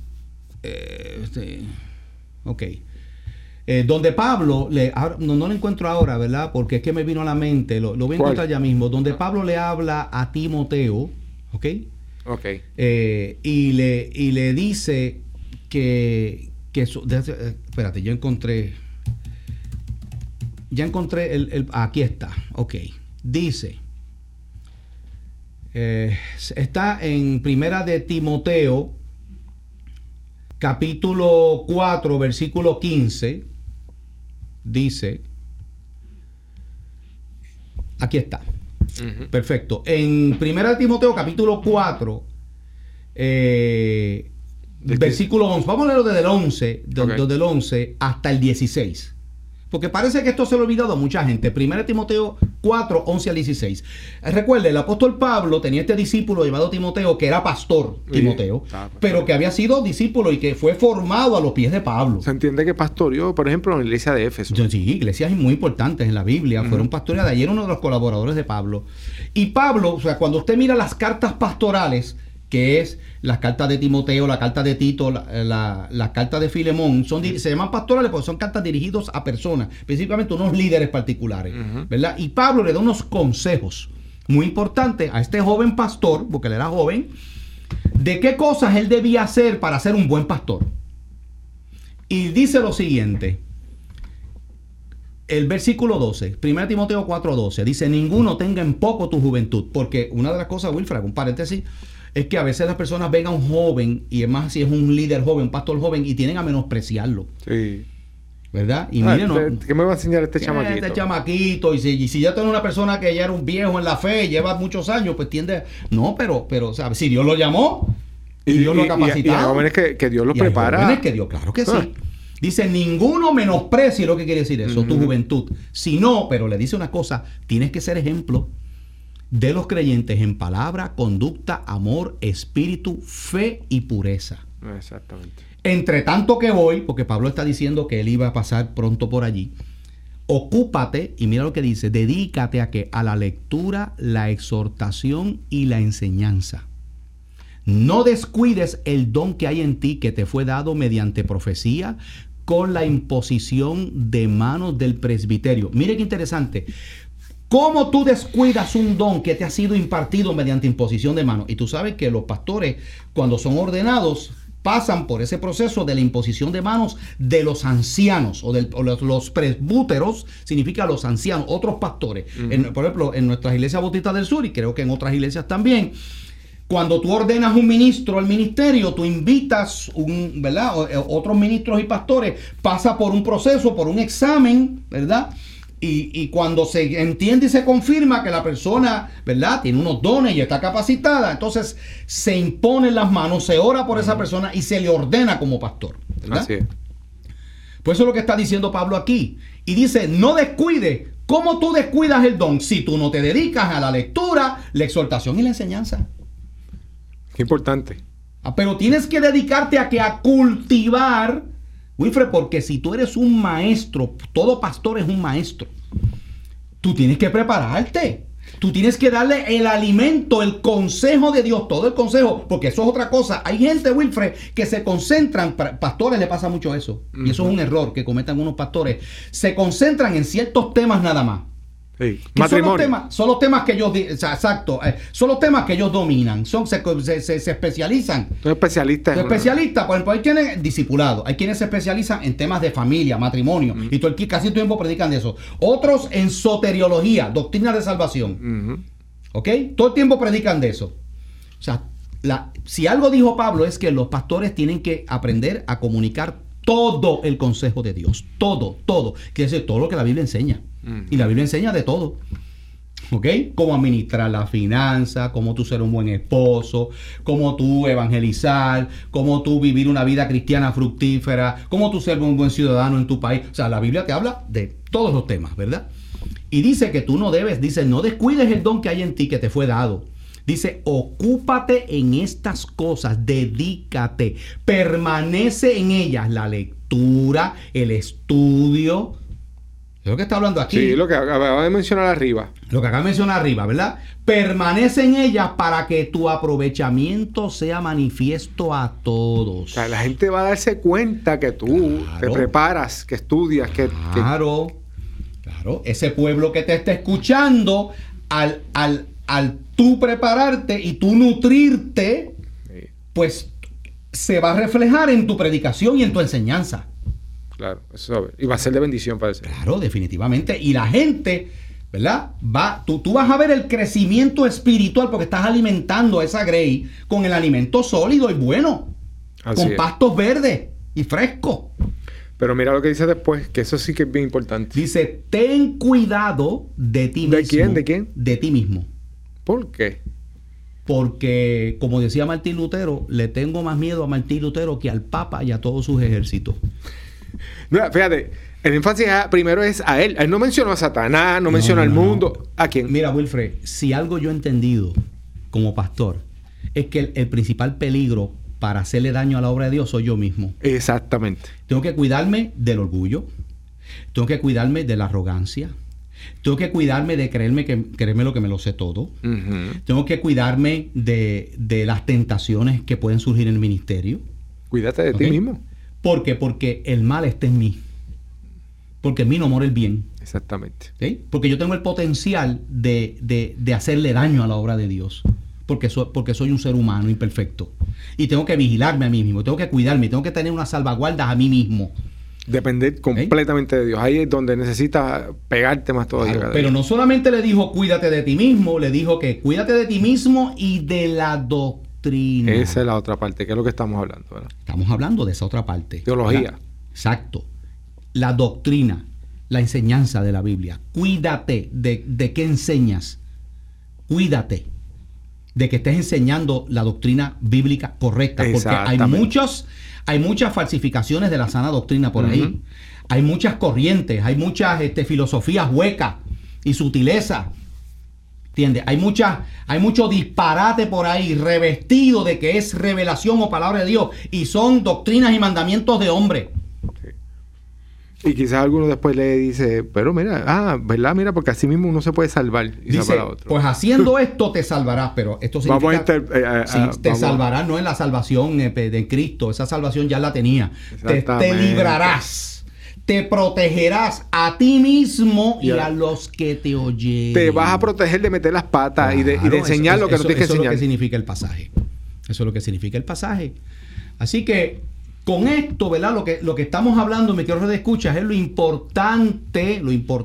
donde Pablo no lo encuentro ahora, ¿verdad? Porque es que me vino a la mente, lo voy a encontrar ya mismo, donde Pablo le habla a Timoteo, ¿ok? Y le dice que espérate, ya encontré aquí está. Ok. Dice. Está en Primera de Timoteo, capítulo 4, versículo 15. Dice. Aquí está. Perfecto. En Primera de Timoteo, capítulo 4, versículo 11. Vamos a leerlo desde el 11, desde el 11 hasta el 16. Porque parece que esto se lo ha olvidado a mucha gente. 1 Timoteo 4, 11 al 16. Recuerde, el apóstol Pablo tenía este discípulo llamado Timoteo, que era pastor, Timoteo, pero que había sido discípulo y que fue formado a los pies de Pablo. Se entiende que pastoreó, por ejemplo, en la iglesia de Éfeso. Sí, iglesias muy importantes en la Biblia. Fueron pastoreadas. Ayer uno de los colaboradores de Pablo. Y Pablo, o sea, cuando usted mira las cartas pastorales que es las cartas de Timoteo, la carta de Tito, la carta de Filemón, se llaman pastorales porque son cartas dirigidas a personas, específicamente unos líderes particulares, ¿verdad? Y Pablo le da unos consejos muy importantes a este joven pastor, porque él era joven, de qué cosas él debía hacer para ser un buen pastor. Y dice lo siguiente, el versículo 12, 1 Timoteo 4:12, dice: ninguno tenga en poco tu juventud, porque una de las cosas, Wilfred, un paréntesis, es que a veces las personas ven a un joven, y es más si es un líder joven, un pastor joven, y tienen a menospreciarlo. Sí. ¿Verdad? Y miren, ¿qué me va a enseñar este chamaquito? Este chamaquito, y si ya tiene una persona que ya era un viejo en la fe, lleva muchos años, pues tiende... No, pero ¿sabes? Si Dios lo llamó, y Dios lo capacitó. Y hay jóvenes que Dios los prepara. Hay jóvenes que Dios, claro que sí. Dice, ninguno menosprecie, lo que quiere decir eso, tu juventud. Si no, pero le dice una cosa, tienes que ser ejemplo de los creyentes en palabra, conducta, amor, espíritu, fe y pureza. Exactamente. Entre tanto que voy, porque Pablo está diciendo que él iba a pasar pronto por allí, ocúpate, y mira lo que dice, dedícate a la lectura, la exhortación y la enseñanza. No descuides el don que hay en ti, que te fue dado mediante profecía, con la imposición de manos del presbiterio. Mire qué interesante. ¿Cómo tú descuidas un don que te ha sido impartido mediante imposición de manos? Y tú sabes que los pastores, cuando son ordenados, pasan por ese proceso de la imposición de manos de los ancianos, o los presbúteros, significa los ancianos, otros pastores. Por ejemplo, en nuestras iglesias bautistas del sur, y creo que en otras iglesias también, cuando tú ordenas un ministro al ministerio, tú invitas ¿verdad? Otros ministros y pastores, pasa por un proceso, por un examen, ¿verdad? Y cuando se entiende y se confirma que la persona, ¿verdad?, tiene unos dones y está capacitada, entonces se imponen las manos, se ora por esa persona y se le ordena como pastor, ¿verdad? Así es. Pues eso es lo que está diciendo Pablo aquí. Y dice, no descuide. ¿Cómo tú descuidas el don? Si tú no te dedicas a la lectura, la exhortación y la enseñanza. Qué importante. Pero tienes que dedicarte a cultivar, Wilfred, porque si tú eres un maestro, todo pastor es un maestro, tú tienes que prepararte. Tú tienes que darle el alimento, el consejo de Dios, todo el consejo, porque eso es otra cosa. Hay gente, Wilfred, que se concentran, pastores le pasa mucho eso, y eso es un error que cometen unos pastores, se concentran en ciertos temas nada más. Sí. Matrimonio. Son los temas que ellos, exacto, son los temas que ellos dominan, se especializan. Son especialistas. Por ejemplo, hay quienes discipulados, hay quienes se especializan en temas de familia, matrimonio, y casi todo el tiempo predican de eso. Otros en soteriología, doctrina de salvación. ¿Ok? Todo el tiempo predican de eso. O sea, si algo dijo Pablo es que los pastores tienen que aprender a comunicar todo el consejo de Dios. Todo. Quiere decir, todo lo que la Biblia enseña. Y la Biblia enseña de todo. ¿Ok? Cómo administrar la finanza, cómo tú ser un buen esposo, cómo tú evangelizar, cómo tú vivir una vida cristiana fructífera, cómo tú ser un buen ciudadano en tu país. O sea, la Biblia te habla de todos los temas, ¿verdad? Y dice que tú no descuides el don que hay en ti que te fue dado. Dice, ocúpate en estas cosas, dedícate, permanece en ellas, la lectura, el estudio. Es lo que está hablando aquí. Sí, lo que acaba de mencionar arriba. Lo que acaba de mencionar arriba, ¿verdad? Permanece en ellas para que tu aprovechamiento sea manifiesto a todos. O sea, la gente va a darse cuenta que tú te preparas, que estudias, que... Claro. Ese pueblo que te está escuchando, al tú prepararte y tú nutrirte, pues se va a reflejar en tu predicación y en tu enseñanza. Claro, eso, y va a ser de bendición para eso. Claro, definitivamente. Y la gente, ¿verdad? Tú vas a ver el crecimiento espiritual porque estás alimentando a esa grey con el alimento sólido y bueno. Así con pastos verdes y frescos. Pero mira lo que dice después, que eso sí que es bien importante. Dice, ten cuidado de ti mismo. ¿De quién? ¿De quién? De ti mismo. ¿Por qué? Porque, como decía Martín Lutero, le tengo más miedo a Martín Lutero que al Papa y a todos sus ejércitos. No, fíjate, el énfasis primero es a él. Él no mencionó a Satanás, no mencionó al mundo. ¿A quién? Mira, Wilfred, si algo yo he entendido como pastor es que el principal peligro para hacerle daño a la obra de Dios soy yo mismo. Exactamente. Tengo que cuidarme del orgullo. Tengo que cuidarme de la arrogancia. Tengo que cuidarme de creerme lo que me lo sé todo. Tengo que cuidarme de las tentaciones que pueden surgir en el ministerio. Cuídate de ti mismo. ¿Por qué? Porque el mal está en mí. Porque en mí no mora el bien. Exactamente. ¿Sí? Porque yo tengo el potencial de hacerle daño a la obra de Dios. Porque soy un ser humano imperfecto. Y tengo que vigilarme a mí mismo. Tengo que cuidarme. Tengo que tener unas salvaguardas a mí mismo. Depender completamente de Dios. Ahí es donde necesitas pegarte más todavía. Claro, pero no solamente le dijo cuídate de ti mismo, le dijo que cuídate de ti mismo y de la doctrina. Esa es la otra parte, que es lo que estamos hablando, ¿verdad? Estamos hablando de esa otra parte. Teología. ¿Verdad? Exacto. La doctrina, la enseñanza de la Biblia. Cuídate de qué enseñas. Cuídate de que estés enseñando la doctrina bíblica correcta. Porque hay muchas falsificaciones de la sana doctrina por ahí. Hay muchas corrientes, hay muchas filosofías huecas y sutilezas. ¿Entiendes? Hay mucho disparate por ahí, revestido de que es revelación o palabra de Dios. Y son doctrinas y mandamientos de hombre. Sí. Y quizás alguno después le dice, pero mira, ¿verdad? Mira, porque así mismo uno se puede salvar. Y dice, pues haciendo esto te salvarás, pero esto significa... te salvarás, no en la salvación de Cristo. Esa salvación ya la tenía. Te librarás. Te protegerás a ti mismo y a los que te oyen. Te vas a proteger de meter las patas y de enseñar lo que no tienes que enseñar. Eso es lo que significa el pasaje. Eso es lo que significa el pasaje. Así que con esto, ¿verdad? Lo que estamos hablando, mi querido escuchas, es lo importante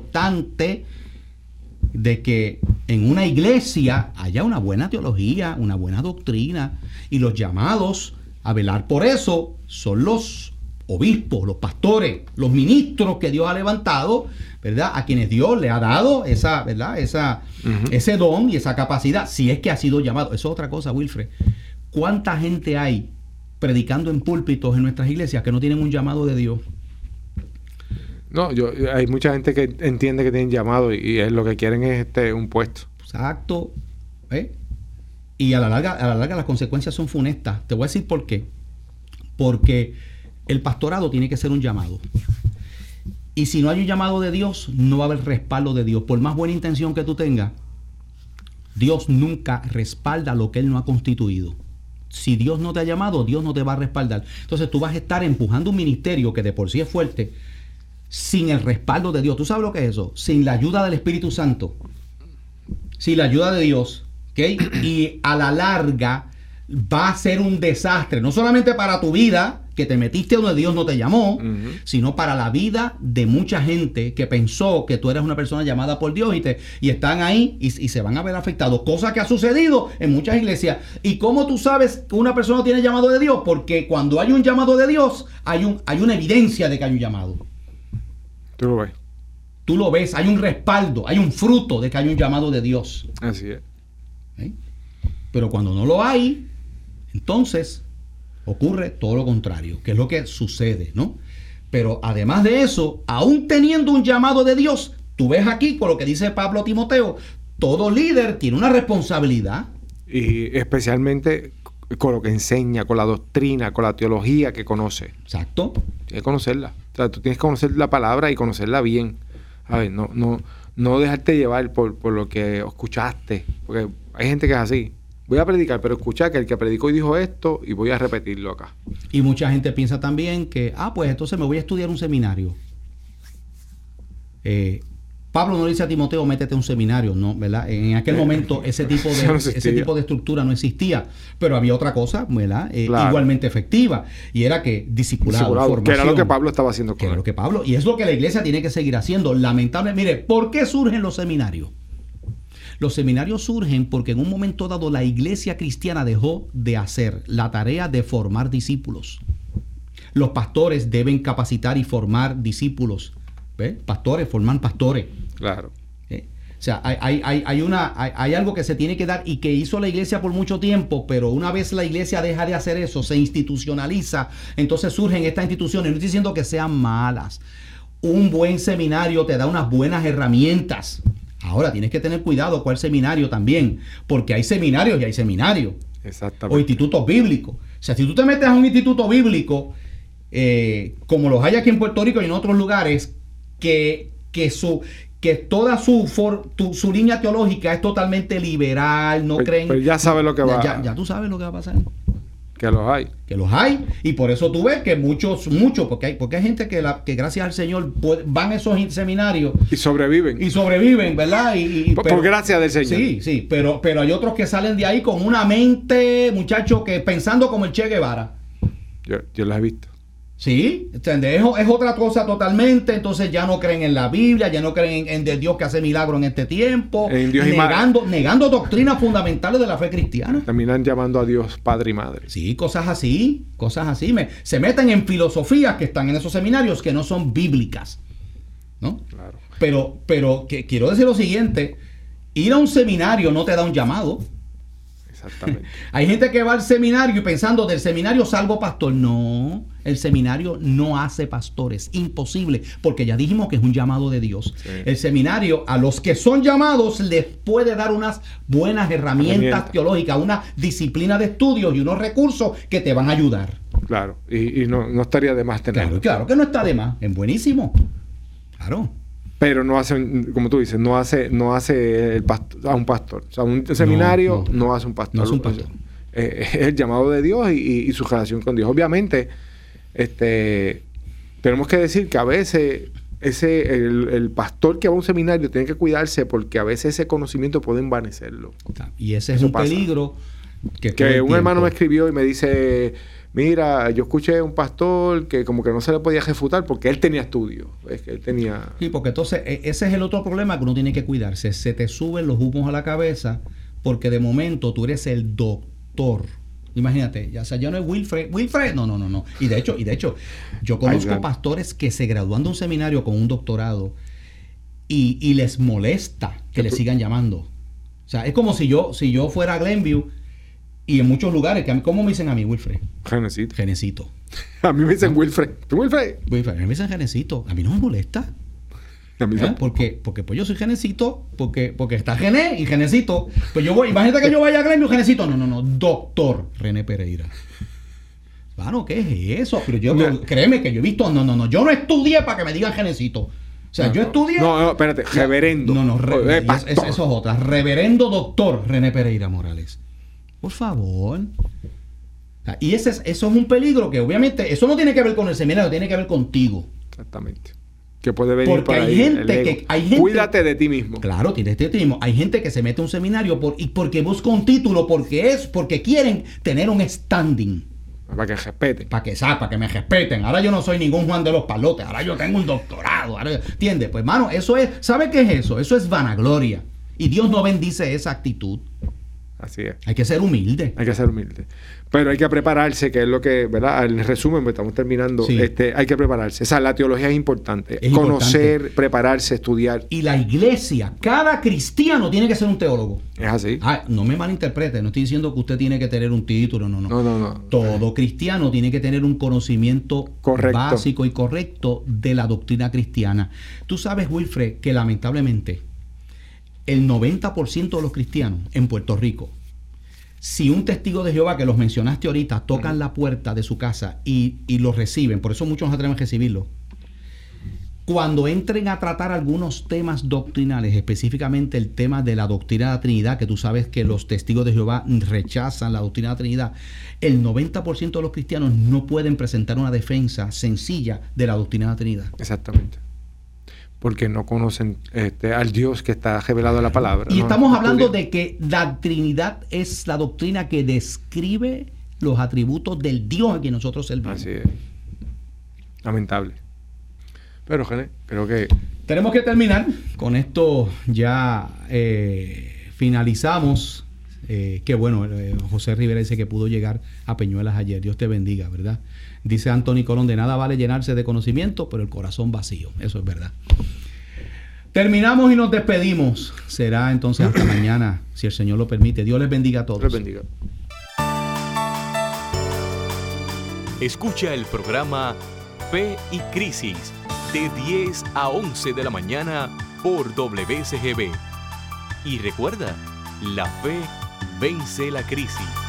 de que en una iglesia haya una buena teología, una buena doctrina, y los llamados a velar por eso son los obispos, los pastores, los ministros que Dios ha levantado, ¿verdad? A quienes Dios le ha dado esa, ¿verdad? Ese don y esa capacidad, si es que ha sido llamado. Eso es otra cosa, Wilfred. ¿Cuánta gente hay predicando en púlpitos en nuestras iglesias que no tienen un llamado de Dios? No, hay mucha gente que entiende que tienen llamado y lo que quieren es un puesto. Exacto. Y a la larga las consecuencias son funestas. Te voy a decir por qué. Porque el pastorado tiene que ser un llamado. Y si no hay un llamado de Dios, no va a haber respaldo de Dios. Por más buena intención que tú tengas, Dios nunca respalda lo que Él no ha constituido. Si Dios no te ha llamado, Dios no te va a respaldar. Entonces tú vas a estar empujando un ministerio que de por sí es fuerte, sin el respaldo de Dios. ¿Tú sabes lo que es eso? Sin la ayuda del Espíritu Santo, sin la ayuda de Dios, ¿okay? Y a la larga va a ser un desastre, no solamente para tu vida, que te metiste donde Dios no te llamó, sino para la vida de mucha gente que pensó que tú eras una persona llamada por Dios y están ahí y se van a ver afectados. Cosa que ha sucedido en muchas iglesias. ¿Y cómo tú sabes que una persona tiene llamado de Dios? Porque cuando hay un llamado de Dios, hay una evidencia de que hay un llamado. Tú lo ves. Tú lo ves, hay un respaldo, hay un fruto de que hay un llamado de Dios. Así es. Pero cuando no lo hay, entonces ocurre todo lo contrario, que es lo que sucede, ¿no? Pero además de eso, aún teniendo un llamado de Dios, tú ves aquí con lo que dice Pablo a Timoteo, todo líder tiene una responsabilidad. Y especialmente con lo que enseña, con la doctrina, con la teología que conoce. Exacto. Tienes que conocerla. O sea, tú tienes que conocer la palabra y conocerla bien. A ver, no dejarte llevar por lo que escuchaste. Porque hay gente que es así. Voy a predicar, pero escucha que el que predicó y dijo esto y voy a repetirlo acá. Y mucha gente piensa también que, pues entonces me voy a estudiar un seminario. Pablo no le dice a Timoteo, métete a un seminario, ¿no? ¿Verdad? En aquel momento ese tipo de estructura no existía, pero había otra cosa, ¿verdad? Claro. Igualmente efectiva, y era que discipulado, formación. Que era lo que Pablo estaba haciendo con él. Y es lo que la iglesia tiene que seguir haciendo. Lamentablemente, mire, ¿por qué surgen los seminarios? Los seminarios surgen porque en un momento dado la iglesia cristiana dejó de hacer la tarea de formar discípulos. Los pastores deben capacitar y formar discípulos. ¿Ves? Pastores forman pastores. Claro. O sea, hay algo que se tiene que dar y que hizo la iglesia por mucho tiempo, pero una vez la iglesia deja de hacer eso, se institucionaliza, entonces surgen estas instituciones. No estoy diciendo que sean malas. Un buen seminario te da unas buenas herramientas. Ahora tienes que tener cuidado cuál seminario también, porque hay seminarios y hay seminarios. Exactamente. O institutos bíblicos. O sea, si tú te metes a un instituto bíblico, como los hay aquí en Puerto Rico y en otros lugares, que que toda su línea teológica es totalmente liberal, no creen... Pero ya sabes lo que va... Ya tú sabes lo que va a pasar. Que los hay. Que los hay. Y por eso tú ves que muchos, porque hay gente que gracias al Señor van a esos seminarios. Y sobreviven. ¿Verdad? Por gracia del Señor. Sí. Pero hay otros que salen de ahí con una mente, muchacho, que pensando como el Che Guevara. Yo los he visto. Sí, ¿entiendes? Es otra cosa totalmente. Entonces ya no creen en la Biblia, ya no creen en Dios que hace milagros en este tiempo, en Dios negando doctrinas fundamentales de la fe cristiana. Terminan llamando a Dios Padre y Madre. Sí, cosas así. Se meten en filosofías que están en esos seminarios que no son bíblicas, ¿no? Claro. Pero quiero decir lo siguiente: ir a un seminario no te da un llamado. Exactamente. Hay gente que va al seminario y pensando, del seminario salvo pastor. No, el seminario no hace pastores, imposible, porque ya dijimos que es un llamado de Dios. Sí. El seminario, a los que son llamados, les puede dar unas buenas herramientas teológicas, una disciplina de estudios y unos recursos que te van a ayudar. Claro, y no estaría de más tenerlo. Claro que no está de más, es buenísimo. Claro. Pero no hace, como tú dices, no hace a un pastor. O sea, un seminario no hace un pastor. No es un pastor. Es el llamado de Dios y su relación con Dios. Obviamente, tenemos que decir que a veces el pastor que va a un seminario tiene que cuidarse, porque a veces ese conocimiento puede envanecerlo. Y ese es un peligro. Que un hermano me escribió y me dice... Mira, yo escuché un pastor que como que no se le podía refutar porque él tenía estudios. Es que él tenía... Sí, porque entonces ese es el otro problema que uno tiene que cuidarse. Se te suben los humos a la cabeza porque de momento tú eres el doctor. Imagínate, ya no es Wilfred. No. Y de hecho, yo conozco pastores que se gradúan de un seminario con un doctorado y les molesta que le sigan llamando. O sea, es como si yo fuera a Glenview. Y en muchos lugares, ¿cómo me dicen a mí, Wilfred? Genecito. A mí me dicen Wilfred. ¿Tú, Wilfred? A mí me dicen Genecito. A mí no me molesta. A mí porque pues yo soy Genecito, porque está Gené y Genecito. Pues yo voy, imagínate que yo vaya a Gremio, Genecito. No, doctor René Pereira. Bueno, ¿qué es eso? Pero créeme que yo he visto, yo no estudié para que me digan Genecito. O sea, yo estudié... No, espérate, reverendo. Eso es otra. Reverendo doctor René Pereira Morales. Por favor. Y eso es un peligro que obviamente, eso no tiene que ver con el seminario, tiene que ver contigo. Exactamente. Que puede venir porque hay gente. Cuídate de ti mismo. Claro, tienes de ti mismo. Hay gente que se mete a un seminario porque busca un título, porque quieren tener un standing. Para que respeten. Para que me respeten. Ahora yo no soy ningún Juan de los Palotes. Ahora yo tengo un doctorado. ¿Entiendes? Pues, hermano, eso es... ¿Sabe qué es eso? Eso es vanagloria. Y Dios no bendice esa actitud. Así es. Hay que ser humilde. Pero hay que prepararse, que es lo que, ¿verdad? En resumen, pues estamos terminando. Sí. Hay que prepararse. O sea, la teología es importante. Conocer, prepararse, estudiar. Y la iglesia, cada cristiano tiene que ser un teólogo. Es así. No me malinterprete. No estoy diciendo que usted tiene que tener un título. No. Todo cristiano tiene que tener un conocimiento básico y correcto de la doctrina cristiana. Tú sabes, Wilfred, que lamentablemente el 90% de los cristianos en Puerto Rico, si un testigo de Jehová, que los mencionaste ahorita, tocan la puerta de su casa y los reciben, por eso muchos no se atreven a recibirlo, cuando entren a tratar algunos temas doctrinales, específicamente el tema de la doctrina de la Trinidad, que tú sabes que los testigos de Jehová rechazan la doctrina de la Trinidad, el 90% de los cristianos no pueden presentar una defensa sencilla de la doctrina de la Trinidad. Exactamente. Porque no conocen al Dios que está revelado en la palabra. Y estamos hablando de que la Trinidad es la doctrina que describe los atributos del Dios a quien nosotros servimos. Así es. Lamentable. Pero, René, creo que... Tenemos que terminar. Con esto ya finalizamos. Qué bueno, José Rivera dice que pudo llegar a Peñuelas ayer. Dios te bendiga, ¿verdad? Dice Anthony Colón, de nada vale llenarse de conocimiento, pero el corazón vacío. Eso es verdad. Terminamos y nos despedimos. Será entonces hasta mañana, si el Señor lo permite. Dios les bendiga a todos. Dios les bendiga. Escucha el programa Fe y Crisis de 10 a 11 de la mañana por WCGB. Y recuerda, la fe vence la crisis.